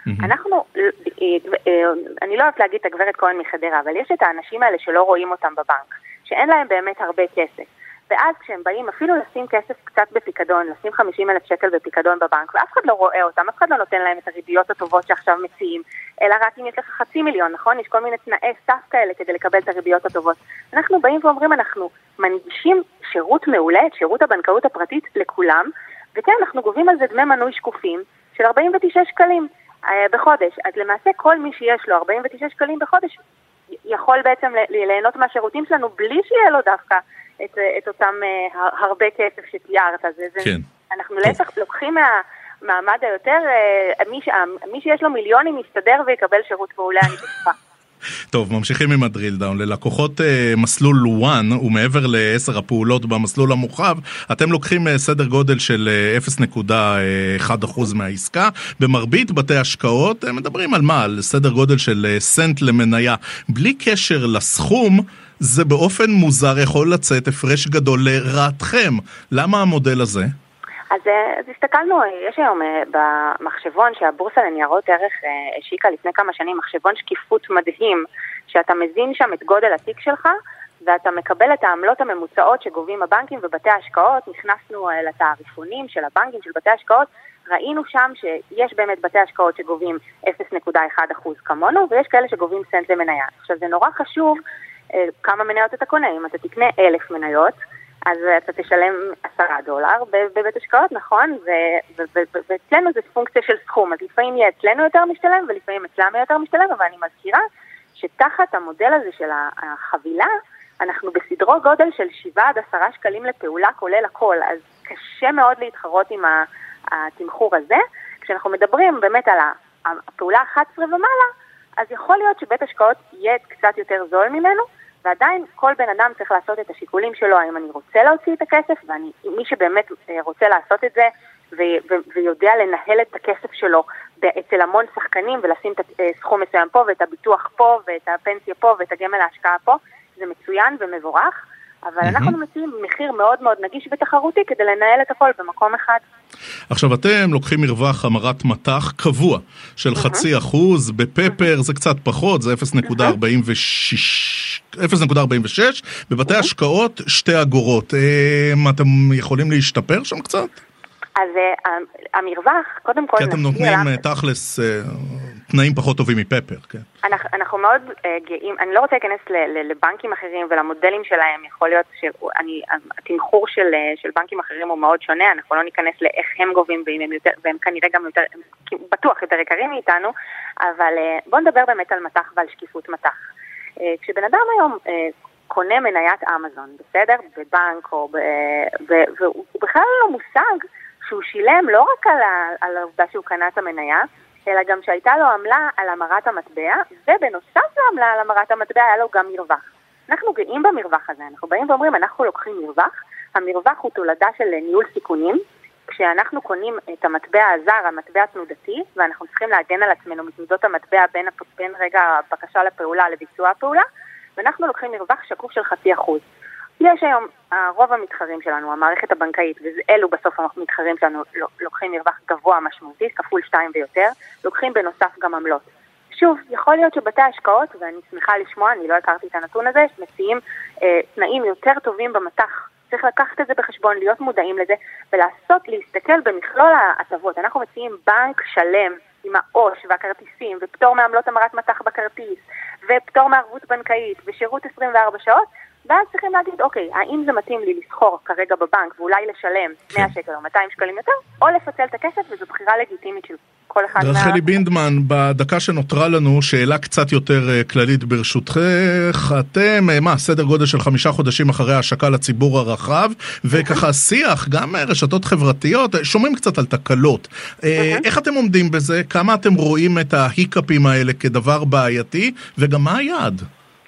S5: אני לא אוהבת להגיד את הגברת כהן מחדרה, אבל יש את האנשים האלה שלא רואים אותם בבנק, שאין להם באמת הרבה כסף. ואז כשהם באים אפילו לשים כסף קצת בפיקדון, לשים 50,000 שקל בפיקדון בבנק, ואף אחד לא רואה אותם, אף אחד לא נותן להם את הריביות הטובות שעכשיו מציעים, אלא רק אם יש לך 500,000, נכון? יש כל מיני תנאי סף כאלה כדי לקבל את הריביות הטובות. אנחנו באים ואומרים, אנחנו מנגישים שירות מעולה, את שירות הבנקאות הפרטית לכולם, וכן, אנחנו גובים על זה דמי מנוי שקופים של 49 שקלים בחודש. אז למעשה כל מי שיש לו 49 שקלים בחודש יכול בעצם ליהנות מהשירותים שלנו בלי שיהיה לו דווקא את אותם הרבה כסף שתיארת.
S1: כן.
S5: אנחנו לוקחים מהמעמד היותר, מי שיש לו מיליונים יסתדר ויקבל שירות מעולה, אני בטוחה.
S1: טוב, ממשיכים עם הדריל דאון. ללקוחות מסלול 1 ומעבר ל10 הפעולות במסלול המורחב, אתם לוקחים סדר גודל של 0.1% מהעסקה. במרבית בתי השקעות מדברים על מה? על סדר גודל של סנט למניה. בלי קשר לסכום, זה באופן מוזר יכול לצאת הפרש גדול לרעתכם. למה המודל הזה?
S5: אז הסתכלנו, יש היום במחשבון שהבורסה לניירות ערך השיקה לפני כמה שנים, מחשבון שקיפות מדהים, שאתה מזין שם את גודל התיק שלך, ואתה מקבל את העמלות הממוצעות שגובים הבנקים ובתי ההשקעות. נכנסנו לתעריפונים של הבנקים, של בתי ההשקעות, ראינו שם שיש באמת בתי השקעות שגובים 0.1% כמונו, ויש כאלה שגובים סנט למניה. עכשיו זה נורא חשוב כמה מניות אתה קונה. אם אתה תקנה 1,000 מניות, אז אתה תשלם $10 בבית השקעות, נכון? ואצלנו זה פונקציה של סכום, אז לפעמים יהיה אצלנו יותר משתלם, ולפעמים אצלם יותר משתלם, אבל אני מזכירה שתחת המודל הזה של החבילה, אנחנו בסדרו גודל של 7 עד 10 שקלים לפעולה, כולל הכל, אז קשה מאוד להתחרות עם התמחור הזה, כשאנחנו מדברים באמת על הפעולה 11 ומעלה, אז יכול להיות שבית השקעות יהיה קצת יותר זול ממנו, ועדיין כל בן אדם צריך לעשות את השיקולים שלו, האם אני רוצה להוציא את הכסף, ומי שבאמת רוצה לעשות את זה, ויודע לנהל את הכסף שלו אצל המון שחקנים, ולשים את הסכום מסוים פה, ואת הביטוח פה, ואת הפנסיה פה, ואת הגמל ההשקעה פה, זה מצוין ומבורך, אבל אנחנו מציעים מחיר מאוד מאוד נגיש ותחרותי, כדי לנהל את הכל במקום אחד.
S1: עכשיו אתם לוקחים מרווח המרת מטח קבוע של 0.5%, בפפר זה קצת פחות, זה 0.46, בבתי השקעות 2 אגורות. אתם יכולים להשתפר שם קצת?
S5: אז המרווח, קודם כל...
S1: כי אתם נותנים תכלס תנאים פחות טובים מפפר, כן.
S5: אנחנו מאוד גאים, אני לא רוצה להיכנס לבנקים אחרים ולמודלים שלהם, יכול להיות שהתמחור של בנקים אחרים הוא מאוד שונה, אנחנו לא ניכנס לאיך הם גובים, והם כנראה גם יותר, בטוח יותר יקרים מאיתנו, אבל בואו נדבר באמת על מטח ועל שקיפות מטח. כשבן אדם היום קונה מניית אמזון, בסדר? בבנק, והוא בכלל לא מושג שהוא שילם לא רק על העובדה שהוא קנה את המניה, אלא גם שהייתה לו עמלה על המרת המטבע, ובנוסף לעמלה על המרת המטבע היה לו גם מרווח. אנחנו גאים במרווח הזה, אנחנו באים ואומרים, אנחנו לוקחים מרווח, המרווח הוא תולדה של ניהול סיכונים, כשאנחנו קונים את המטבע הזר, המטבע תנודתי, ואנחנו צריכים להגן על עצמנו מתנודות המטבע בין רגע הבקשה לפעולה לביצוע הפעולה, ואנחנו לוקחים מרווח שקוף של 0.5%. יש היום, רוב המתחרים שלנו, המערכת הבנקאית, ואלו בסוף המתחרים שלנו לוקחים מרווח גבוה משמעותי, כפול 2 ויותר, לוקחים בנוסף גם עמלות. שוב, יכול להיות שבתי השקעות, ואני שמחה לשמוע, אני לא הכרתי את הנתון הזה, מציעים תנאים יותר טובים במטח. צריך לקחת את זה בחשבון, להיות מודעים לזה, להסתכל במכלול ההטבות. אנחנו מציעים בנק שלם עם העו"ש והכרטיסים, ופטור מעמלות המרת מטח בכרטיס, ופטור מערבות בנקאית, ושירות 24 שעות, ואז צריכים להגיד, אוקיי, האם זה מתאים לי לסחור כרגע בבנק, ואולי לשלם 100 שקל או 200 שקלים יותר, או לפצל את הכסף, וזו בחירה לגיטימית של כל אחד.
S1: רחלי בינדמן, בדקה שנותרה לנו, שאלה קצת יותר כללית ברשותך, אתם, סדר גודל של 5 חודשים אחרי ההשקה לציבור הרחב, וככה שיח, גם רשתות חברתיות, שומעים קצת על תקלות. איך אתם עומדים בזה? כמה אתם רואים את ההיקאפים האלה כדבר בעייתי, וגם מה היעד?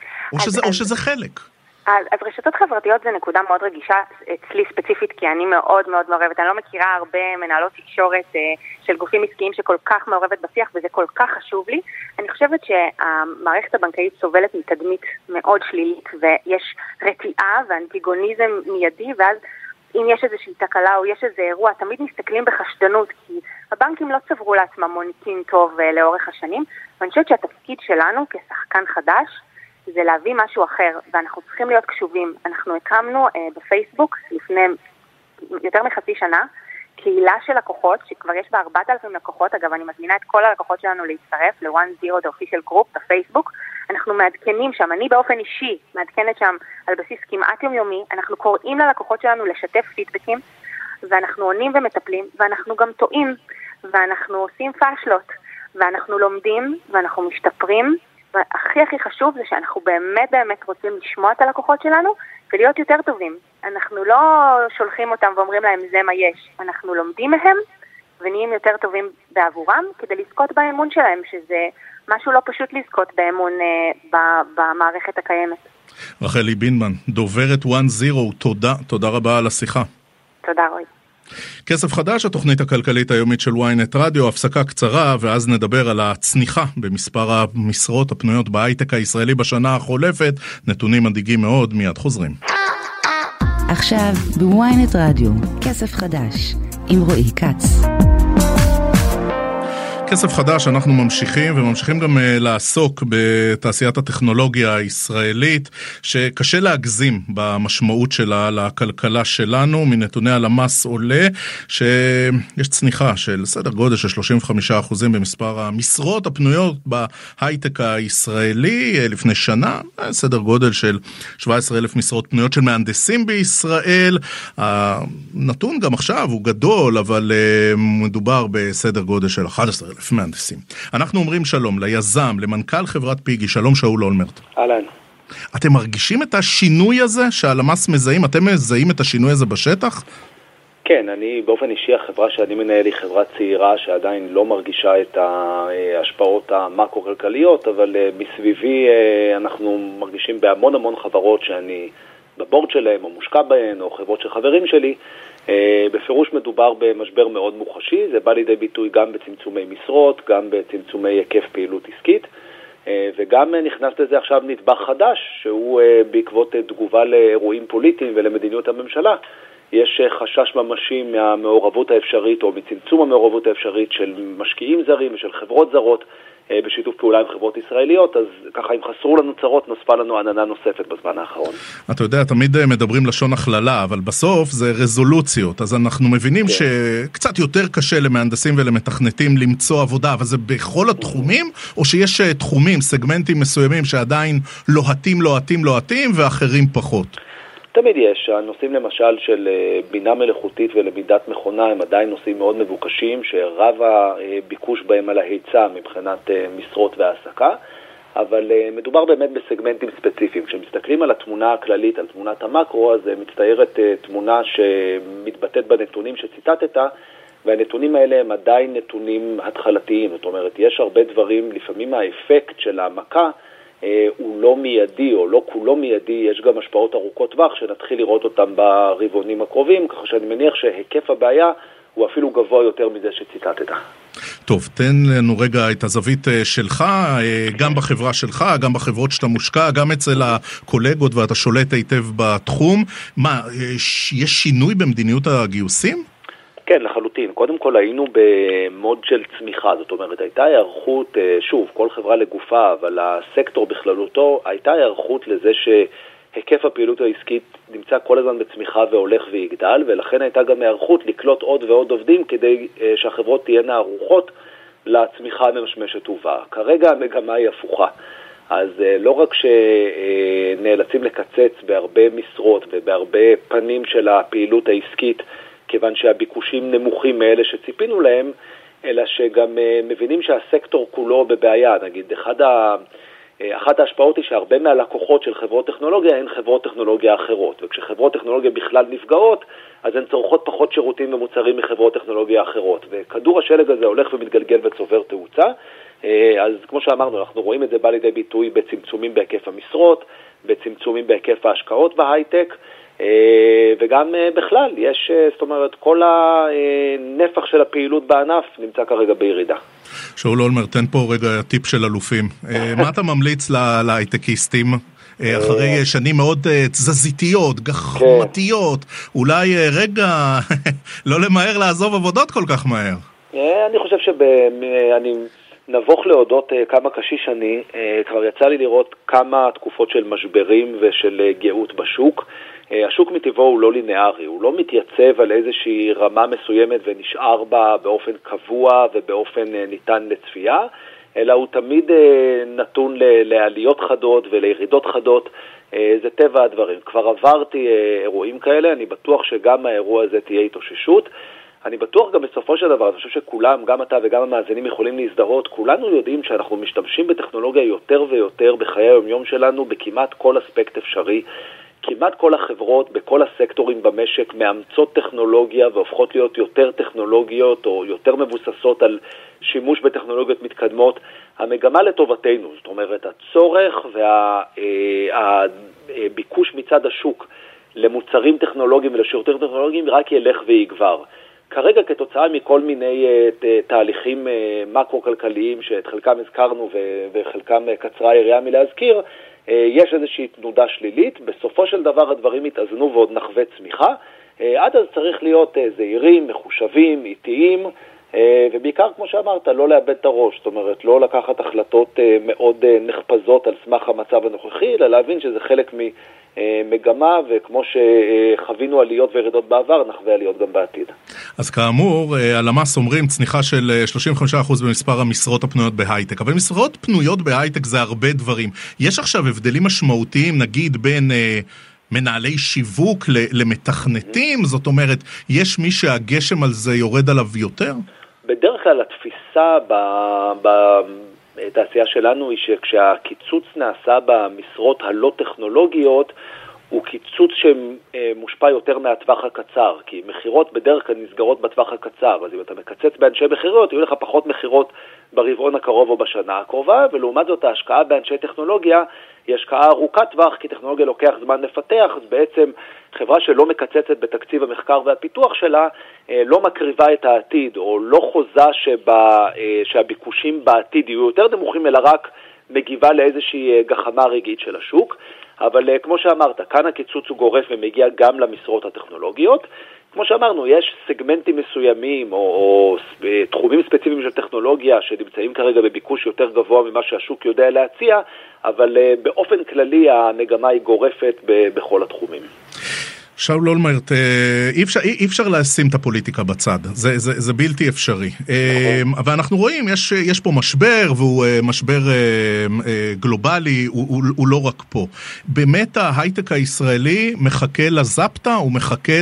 S1: או שזה חלק?
S5: אז רשתות חברתיות זה נקודה מאוד רגישה אצלי ספציפית, כי אני מאוד מאוד מעורבת. אני לא מכירה הרבה מנהלות תקשורת של גופים עסקיים שכל כך מעורבת בשיח, וזה כל כך חשוב לי. אני חושבת שהמערכת הבנקאית סובלת מתדמית מאוד שלילית, ויש רתיעה ואנטיגוניזם מיידי, ואז אם יש איזושהי תקלה או יש איזה אירוע, תמיד מסתכלים בחשדנות, כי הבנקים לא צברו לעצמם מוניטין טוב לאורך השנים, ואני חושבת שהתפקיד שלנו כשחקן חדש, זה להביא משהו אחר, ואנחנו צריכים להיות קשובים. אנחנו הקמנו בפייסבוק לפני יותר מחצי שנה, קהילה של לקוחות, שכבר יש בה 4,000 לקוחות, אגב אני מזמינה את כל הלקוחות שלנו להצטרף ל-1 Zero The Official Group בפייסבוק, אנחנו מעדכנים שם, אני באופן אישי מעדכנת שם על בסיס כמעט יומיומי, אנחנו קוראים ללקוחות שלנו לשתף פידבקים, ואנחנו עונים ומטפלים, ואנחנו גם טועים, ואנחנו עושים פאשלות, ואנחנו לומדים, ואנחנו משתפרים, והכי הכי חשוב זה שאנחנו באמת באמת רוצים לשמוע את הלקוחות שלנו ולהיות יותר טובים. אנחנו לא שולחים אותם ואומרים להם זה מה יש. אנחנו לומדים מהם ונהיים יותר טובים בעבורם כדי לזכות באמון שלהם, שזה משהו לא פשוט לזכות באמון במערכת הקיימת.
S1: רחלי בינדמן, דוברת 1 Zero, תודה רבה על השיחה.
S5: תודה רוי.
S1: כסף חדש, התוכנית הכלכלית היומית של ynet רדיו, הפסקה קצרה ואז נדבר על הצניחה במספר המשרות הפנויות בהייטק הישראלי בשנה החולפת, נתונים מדאיגים מאוד, מיד חוזרים.
S6: עכשיו ב-ynet רדיו, כסף חדש עם רועי כץ.
S1: כסף חדש, אנחנו ממשיכים גם לעסוק בתעשיית הטכנולוגיה הישראלית, שקשה להגזים במשמעות שלה לכלכלה שלנו. מנתוני הלמ"ס עולה שיש צניחה של סדר גודל של 35% במספר המשרות הפנויות בהייטק הישראלי. לפני שנה, סדר גודל של 17,000 משרות פנויות של מהנדסים בישראל. הנתון גם עכשיו הוא גדול, אבל מדובר בסדר גודל של 11,000 מהנדסים. אנחנו אומרים שלום ליזם, למנכ"ל חברת פיגי, שלום שאול אולמרט.
S7: אהלן.
S1: אתם מרגישים את השינוי הזה שהלמ"ס מזהים? אתם מזהים את השינוי הזה בשטח?
S7: כן, אני באופן אישי, החברה שאני מנהל היא חברה צעירה שעדיין לא מרגישה את ההשפעות המקרו-כלכליות, אבל מסביבי אנחנו מרגישים בהמון המון חברות שאני בבורד שלהם או מושקע בהן, או חברות של חברים שלי. בפירוש מדובר במשבר מאוד מוחשי, זה בא לידי ביטוי גם בצמצומי משרות, גם בצמצומי היקף פעילות עסקית, וגם נכנס לזה עכשיו נדבך חדש, שהוא בעקבות תגובה לאירועים פוליטיים ולמדיניות הממשלה. יש חשש ממשי מהמעורבות האפשרית או מצמצום המעורבות האפשרית של משקיעים זרים ושל חברות זרות בשיתוף פעולה עם חברות ישראליות, אז ככה אם חסרו לנו צרות נוספה לנו עננה נוספת בזמן האחרון.
S1: אתה יודע, תמיד מדברים לשון הכללה, אבל בסוף זה רזולוציות, אז אנחנו מבינים שקצת יותר קשה למהנדסים ולמתכנתים למצוא עבודה, אבל זה בכל התחומים, או שיש תחומים, סגמנטים מסוימים שעדיין לוהטים ואחרים פחות?
S7: תמיד יש. הנושאים למשל של בינה מלאכותית ולמידת מכונה הם עדיין נושאים מאוד מבוקשים, שרב הביקוש בהם על ההיצע מבחינת משרות והעסקה, אבל מדובר באמת בסגמנטים ספציפיים. כשמסתכלים על התמונה הכללית, על תמונת המקרו, אז מצטיירת תמונה שמתבטאת בנתונים שציטטת, והנתונים האלה הם עדיין נתונים התחלתיים. זאת אומרת, יש הרבה דברים, לפעמים האפקט של העמקה, הוא לא מיידי או לא כולו מיידי, יש גם השפעות ארוכות טווח שנתחיל לראות אותם ברבעונים הקרובים, ככה שאני מניח שהיקף הבעיה הוא אפילו גבוה יותר מזה שציטטת.
S1: טוב, תן לנו רגע את הזווית שלך, גם בחברה שלך, גם בחברות שאתה מושקע, גם אצל הקולגות ואתה שולט היטב בתחום. מה, יש שינוי במדיניות הגיוסים?
S7: כן, לחלוטין. קודם כל היינו במוד של צמיחה, זאת אומרת, הייתה הערכות, שוב, כל חברה לגופה, אבל הסקטור בכללותו, הייתה הערכות לזה שהיקף הפעילות העסקית נמצא כל הזמן בצמיחה והולך ויגדל, ולכן הייתה גם הערכות לקלוט עוד ועוד עובדים כדי שהחברות תהיינה ערוכות לצמיחה המשמשת ובאה. כרגע המגמה היא הפוכה. אז לא רק שנאלצים לקצץ בהרבה משרות ובהרבה פנים של הפעילות העסקית, כיוון שהביקושים נמוכים מאלה שציפינו להם, אלא שגם מבינים שהסקטור כולו בבעיה. נגיד, אחת ההשפעות היא שהרבה מהלקוחות של חברות טכנולוגיה הן חברות טכנולוגיה אחרות, וכשחברות טכנולוגיה בכלל נפגעות, אז הן צורכות פחות שירותים ומוצרים מחברות טכנולוגיה אחרות, וכדור השלג הזה הולך ומתגלגל וצובר תאוצה. אז כמו שאמרנו, אנחנו רואים את זה בא לידי ביטוי בצמצומים בהיקף המשרות, בצמצומים בהיקף ההשקעות בהייטק, וגם בכלל, יש, זאת אומרת, כל הנפח של הפעילות בענף נמצא כרגע בירידה.
S1: שאול אולמר, תן פה רגע טיפ של אלופים. מה אתה ממליץ להייטקיסטים? אחרי שנים מאוד תזזיתיות, גחמתיות, אולי רגע לא למהר לעזוב עבודות כל כך מהר.
S7: אני חושב שאני נבוך להודות כמה קשיש אני, כבר יצא לי לראות כמה תקופות של משברים ושל גאות בשוק. השוק מטבעו הוא לא לינארי, הוא לא מתייצב על איזושהי רמה מסוימת ונשאר בה באופן קבוע ובאופן ניתן לצפייה, אלא הוא תמיד נתון לעליות חדות ולירידות חדות. זה טבע הדברים. כבר עברתי אירועים כאלה, אני בטוח שגם האירוע הזה תהיה התאוששות. אני בטוח גם בסופו של דבר, אני חושב שכולם, גם אתה וגם המאזינים יכולים להזדהות, כולנו יודעים שאנחנו משתמשים בטכנולוגיה יותר ויותר בחיי היום-יום שלנו, בכמעט כל אספקט אפשרי. כמעט כל החברות בכל הסקטורים במשק מאמצות טכנולוגיה והופכות להיות יותר טכנולוגיות או יותר מבוססות על שימוש בטכנולוגיות מתקדמות. המגמה לטובתנו, זאת אומרת, הצורך והביקוש מצד השוק למוצרים טכנולוגיים ולשירותים טכנולוגיים רק ילך ויגבר. כרגע כתוצאה מכל מיני תהליכים מקרו-כלכליים שאת חלקם הזכרנו וחלקם קצרה היריעה מלהזכיר, יש איזושהי תנודה שלילית, בסופו של דבר הדברים יתאזנו ועוד נחווה צמיחה, עד אז צריך להיות זהירים, מחושבים, איטיים, ובעיקר כמו שאמרת, לא לאבד את הראש, זאת אומרת, לא לקחת החלטות מאוד נחפזות על סמך המצב הנוכחי, אלא להבין שזה חלק מגמה, וכמו שחווינו עליות וירידות בעבר, נחווה עליות גם בעתיד.
S1: אז כאמור, הלמ"ס אומרים צניחה של 35% במספר המשרות הפנויות בהייטק, אבל משרות פנויות בהייטק זה הרבה דברים. יש עכשיו הבדלים משמעותיים, נגיד בין מנהלי שיווק למתכנתים, זאת אומרת, יש מי שהגשם על זה יורד עליו יותר?
S7: בדרך כלל התפיסה בתעשייה שלנו היא שכשהקיצוץ נעשה במשרות הלא טכנולוגיות, הוא קיצוץ שמושפע יותר מהטווח הקצר, כי מחירות בדרך כלל נסגרות בטווח הקצר, אז אם אתה מקצץ באנשי מחירות, יהיו לך פחות מחירות ברבעון הקרוב או בשנה הקרובה, ולעומת זאת ההשקעה באנשי טכנולוגיה היא השקעה ארוכת טווח, כי טכנולוגיה לוקח זמן לפתח, אז בעצם חברה שלא מקצצת בתקציב המחקר והפיתוח שלה, לא מקריבה את העתיד, או לא חוזה שהביקושים בעתיד יהיו יותר נמוכים, אלא רק מגיבה לאיזושהי גחמה רגעית של השוק. אבל כמו שאמרת, כאן הקיצוץ הוא גורף ומגיע גם למשרות הטכנולוגיות. כמו שאמרנו, יש סגמנטים מסוימים או תחומים ספציפיים של טכנולוגיה שנמצאים כרגע בביקוש יותר גבוה ממה שהשוק יודע להציע, אבל באופן כללי המגמה היא גורפת בכל התחומים.
S1: שאול אולמרט, אי אפשר לשים את הפוליטיקה בצד, זה בלתי אפשרי. אבל אנחנו רואים, יש פה משבר, והוא משבר גלובלי, הוא לא רק פה. באמת ההייטק הישראלי מחכה לזפטה, הוא מחכה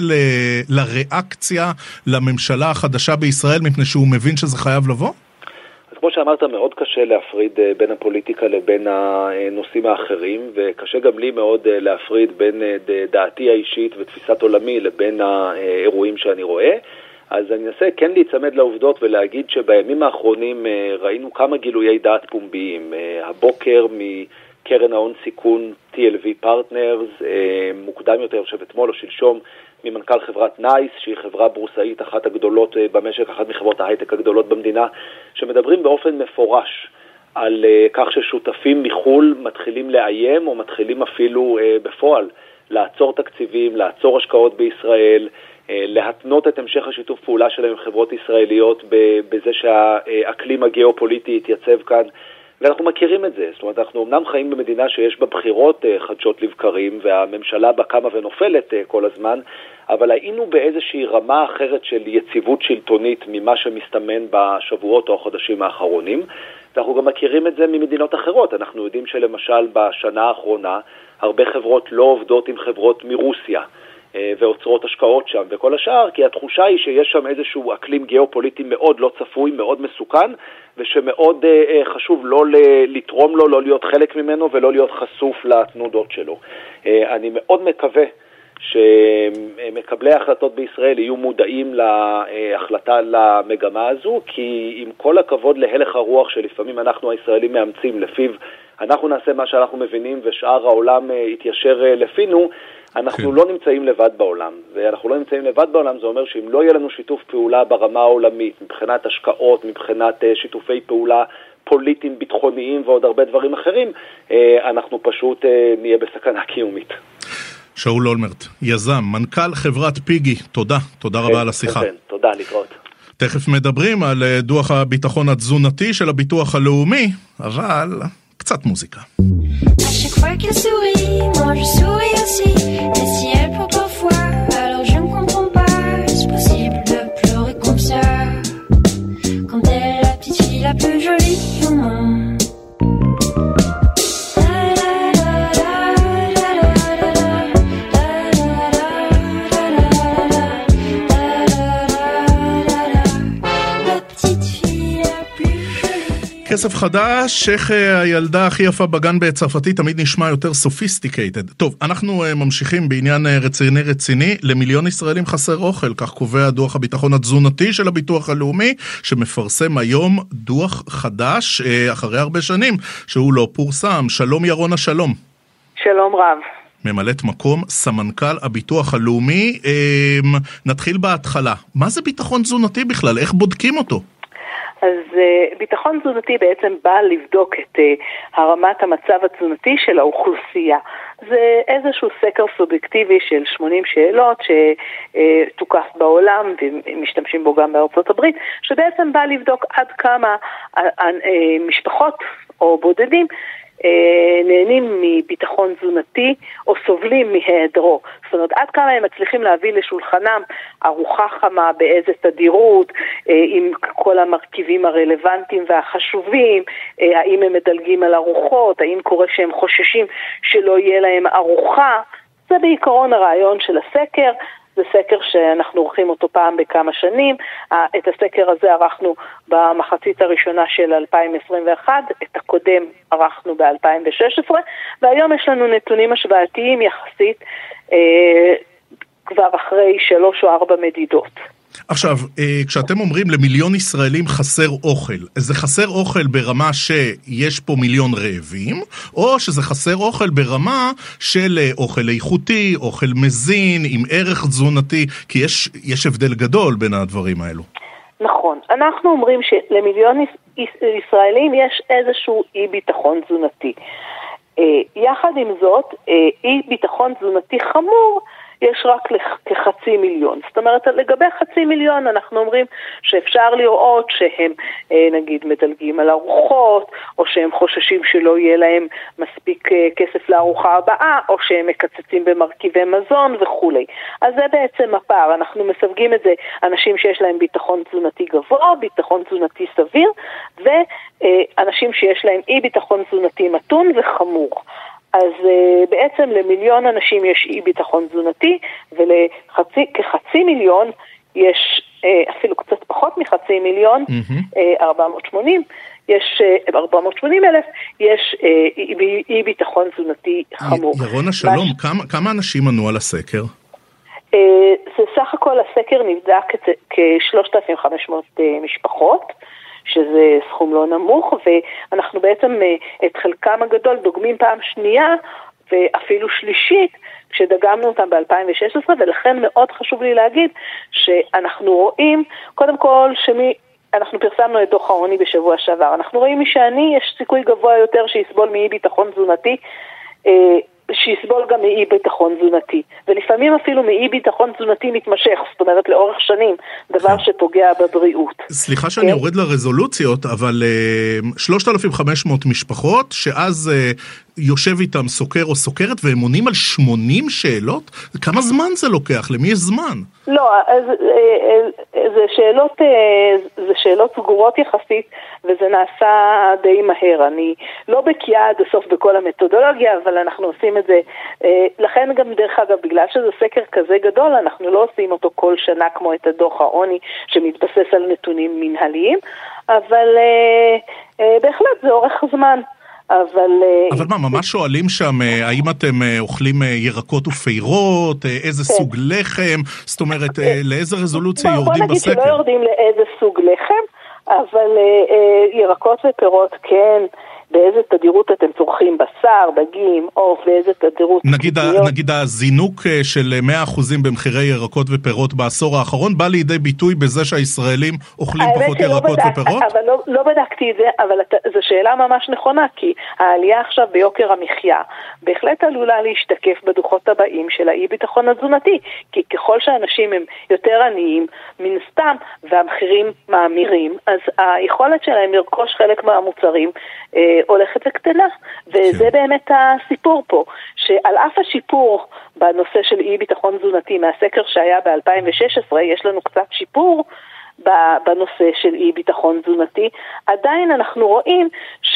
S1: לריאקציה לממשלה החדשה בישראל, מפני שהוא מבין שזה חייב לבוא?
S7: כמו שאמרת, מאוד קשה להפריד בין הפוליטיקה לבין הנושאים האחרים, וקשה גם לי מאוד להפריד בין דעתי האישית ותפיסת עולמי לבין האירועים שאני רואה. אז אני אנסה כן להצמד לעובדות ולהגיד שבימים האחרונים ראינו כמה גילויי דעת פומביים. הבוקר מקרן ההון סיכון TLV פרטנרס, מוקדם יותר שאתמול או שלשום, ממנכ"ל חברת נייס, שהיא חברה בורסאית אחת הגדולות במשק, אחת מחברות ההייטק הגדולות במדינה, שמדברים באופן מפורש על כך ששותפים מחול מתחילים לאיים או מתחילים אפילו בפועל לעצור תקציבים, לעצור השקעות בישראל, להתנות את המשך השיתוף פעולה שלהם עם חברות ישראליות בזה שהאקלים הגיאופוליטי יתייצב כאן. ואנחנו מכירים את זה, זאת אומרת, אנחנו אמנם חיים במדינה שיש בה בחירות חדשות לבקרים, והממשלה בה קמה ונופלת כל הזמן, אבל היינו באיזושהי רמה אחרת של יציבות שלטונית ממה שמסתמן בשבועות או החודשים האחרונים, ואנחנו גם מכירים את זה ממדינות אחרות. אנחנו יודעים שלמשל בשנה האחרונה, הרבה חברות לא עובדות עם חברות מרוסיה, ועוצרות השקעות שם וכל השאר, כי התחושה היא שיש שם איזשהו אקלים גיאופוליטי מאוד לא צפוי, מאוד מסוכן, ושמאוד חשוב לא לתרום לו, לא להיות חלק ממנו ולא להיות חשוף לתנודות שלו. אני מאוד מקווה שמקבלי ההחלטות בישראל יהיו מודעים להחלטה למגמה הזו, כי עם כל הכבוד להלך הרוח שלפעמים אנחנו הישראלים מאמצים לפיו, אנחנו נעשה מה שאנחנו מבינים ושאר העולם יתיישר לפינו, אנחנו לא נמצאים לבד בעולם, ואנחנו לא נמצאים לבד בעולם, זה אומר שאם לא יהיה לנו שיתוף פעולה ברמה העולמית, מבחינת השקעות, מבחינת שיתופי פעולה פוליטיים, ביטחוניים ועוד הרבה דברים אחרים, אנחנו פשוט נהיה בסכנה קיומית.
S1: שאול אולמרט, יזם, מנכ"ל חברת פיגי, תודה רבה על השיחה.
S7: תודה, להתראות.
S1: תכף מדברים על דוח הביטחון התזונתי של הביטוח הלאומי, אבל קצת מוזיקה.
S8: Chaque fois qu'elle sourit, moi je souris aussi. Et si elle pleure parfois, alors je ne comprends pas. Est-ce possible de pleurer comme ça quand elle est la petite fille la plus jolie au monde?
S1: כסף חדש, איך הילדה הכי יפה בגן בצרפתי תמיד נשמע יותר סופיסטיקייטד. טוב, אנחנו ממשיכים בעניין רציני. למיליון ישראלים חסר אוכל, כך קובע דוח הביטחון התזונתי של הביטוח הלאומי, שמפרסם היום דוח חדש, אחרי הרבה שנים, שהוא לא פורסם. שלום ירונה, שלום.
S9: שלום רב.
S1: ממלאת מקום סמנכ"ל הביטוח הלאומי. נתחיל בהתחלה. מה זה ביטחון תזונתי בכלל? איך בודקים אותו?
S9: אז ביטחון תזונתי בעצם בא לבדוק את הרמת המצב התזונתי של האוכלוסייה. זה איזשהו סקר סובייקטיבי של 80 שאלות שתוקף בעולם ומשתמשים בו גם בארצות הברית, שבעצם בא לבדוק עד כמה משפחות או בודדים נהנים מביטחון תזונתי או סובלים מהיעדרו. זאת אומרת, עד כמה הם מצליחים להביא לשולחנם ארוחה חמה, באיזה תדירות, עם כל המרכיבים הרלוונטיים והחשובים, האם הם מדלגים על ארוחות, האם קורה שהם חוששים שלא יהיה להם ארוחה. זה בעיקרון הרעיון של הסקר. זה סקר שאנחנו עורכים אותו פעם בכמה שנים. את הסקר הזה ערכנו במחצית הראשונה של 2021, את הקודם ערכנו ב-2016, והיום יש לנו נתונים השוואתיים יחסית כבר אחרי 3 או 4 מדידות.
S1: עכשיו, כשאתם אומרים למיליון ישראלים חסר אוכל, זה חסר אוכל ברמה שיש פה מיליון רעבים, או שזה חסר אוכל ברמה של אוכל איכותי, אוכל מזין, עם ערך תזונתי, כי יש הבדל גדול בין הדברים האלו.
S9: נכון, אנחנו אומרים שלמיליון ישראלים יש איזשהו אי ביטחון תזונתי. יחד עם זאת, אי ביטחון תזונתי חמור, יש רק כ500,000. זאת אומרת, לגבי 500,000 אנחנו אומרים שאפשר לראות שהם נגיד מדלגים על ארוחות, או שהם חוששים שלא יהיה להם מספיק כסף לארוחה הבאה, או שהם מקצצים במרכיבי מזון וכו'. אז זה בעצם הפער. אנחנו מסווגים את זה אנשים שיש להם ביטחון תזונתי גבוה, ביטחון תזונתי סביר, ואנשים שיש להם אי ביטחון תזונתי מתון וחמור. אז בעצם למיליון אנשים יש אי ביטחון תזונתי, וכ500,000 יש, אפילו קצת פחות מ500,000, 480,000, יש אי ביטחון תזונתי חמור.
S1: ירונה שלום, כמה אנשים ענו על הסקר?
S9: זה סך הכל הסקר נבדק כ3,500 משפחות, שזה סכום לא נמוך, ואנחנו בעצם את חלקם הגדול דוגמים פעם שנייה ואפילו שלישית כשדגמנו אותם ב-2016, ולכן מאוד חשוב לי להגיד שאנחנו רואים, קודם כל אנחנו פרסמנו את דוח העוני בשבוע שעבר, אנחנו רואים משעני יש סיכוי גבוה יותר שיסבול מאי ביטחון תזונתי, שיסבול גם מאי ביטחון תזונתי, ולפעמים אפילו מאי ביטחון תזונתי מתמשך, זאת אומרת לאורך שנים, דבר שפוגע בבריאות.
S1: סליחה שאני יורד לרזולוציות, אבל 3,500 משפחות, שאז יושב איתם סוקר או סוקרת, והם עונים על 80 שאלות? כמה זמן זה לוקח? למי יש זמן?
S9: לא, זה שאלות סגורות יחסית, וזה נעשה די מהר. אני לא בקיאה עד הסוף בכל המתודולוגיה, אבל אנחנו עושים את זה. לכן גם דרך אגב, בגלל שזה סקר כזה גדול, אנחנו לא עושים אותו כל שנה כמו את הדוח העוני, שמתבסס על נתונים מנהליים, אבל בהחלט זה אורך זמן. אבל
S1: מה, ממש שואלים שם, האם אתם אוכלים ירקות ופירות, איזה סוג לחם, זאת אומרת, לאיזה רזולוציה יורדים בסקר?
S9: בוא נגיד שלא יורדים לאיזה סוג לחם, אבל ירקות ופירות כן, באיזה תדירות אתם צורכים בשר, דגים, עוף, באיזה תדירות...
S1: נגיד הזינוק של 100% במחירי ירקות ופירות בעשור האחרון, בא לידי ביטוי בזה שהישראלים אוכלים פחות ירקות ופירות?
S9: אבל לא בדקתי את זה, אבל זו שאלה ממש נכונה, כי העלייה עכשיו ביוקר המחיה, בהחלט עלולה להשתקף בדוחות הבאים של האי ביטחון התזונתי, כי ככל שאנשים הם יותר עניים, מן סתם, והמחירים מאמירים, אז היכולת שלהם לרכוש חלק מהמוצרים הולכת וקטנה, וזה באמת הסיפור פה, שעל אף השיפור בנושא של אי ביטחון תזונתי מהסקר שהיה ב-2016, יש לנו קצת שיפור בנושא של אי ביטחון תזונתי, עדיין אנחנו רואים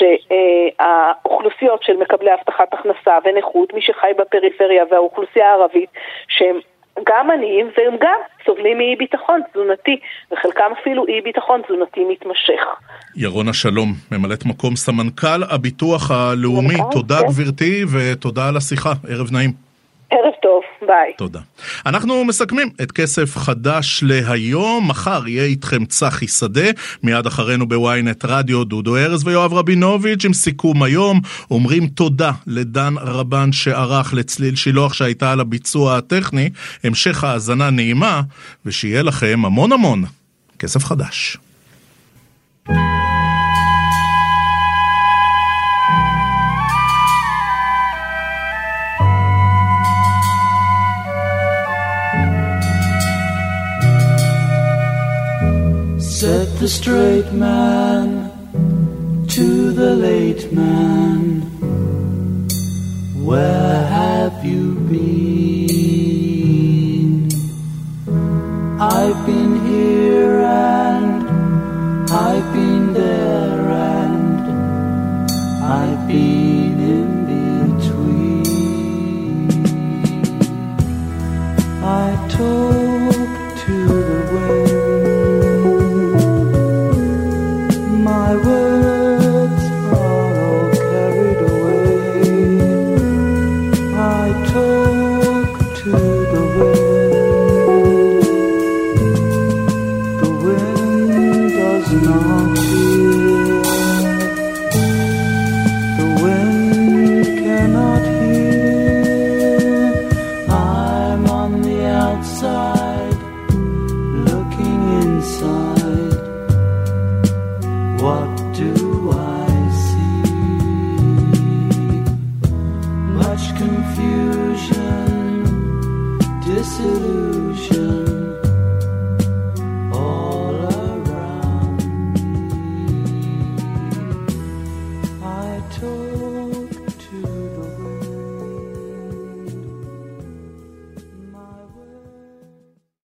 S9: שהאוכלוסיות של מקבלי הבטחת הכנסה ונכות, מי שחי בפריפריה והאוכלוסייה הערבית, שהם גם עניים והם גם סובלים מאי ביטחון תזונתי, וחלקם אפילו אי ביטחון תזונתי מתמשך.
S1: ירונה שלום, ממלאת מקום סמנכ"ל הביטוח הלאומי, תודה גברתי ותודה על השיחה, ערב נעים.
S9: ערב טוב, ביי.
S1: תודה. אנחנו מסכמים את כסף חדש להיום, מחר יהיה איתכם צחי שדה, מיד אחרינו בוויינט רדיו דודו ארז ויואב רבינוביץ' עם סיכום היום, אומרים תודה לדן רבן שערך לצליל שילוח שהייתה על הביצוע הטכני, המשך האזנה נעימה, ושיהיה לכם המון המון כסף חדש.
S10: Said the straight man to the late man,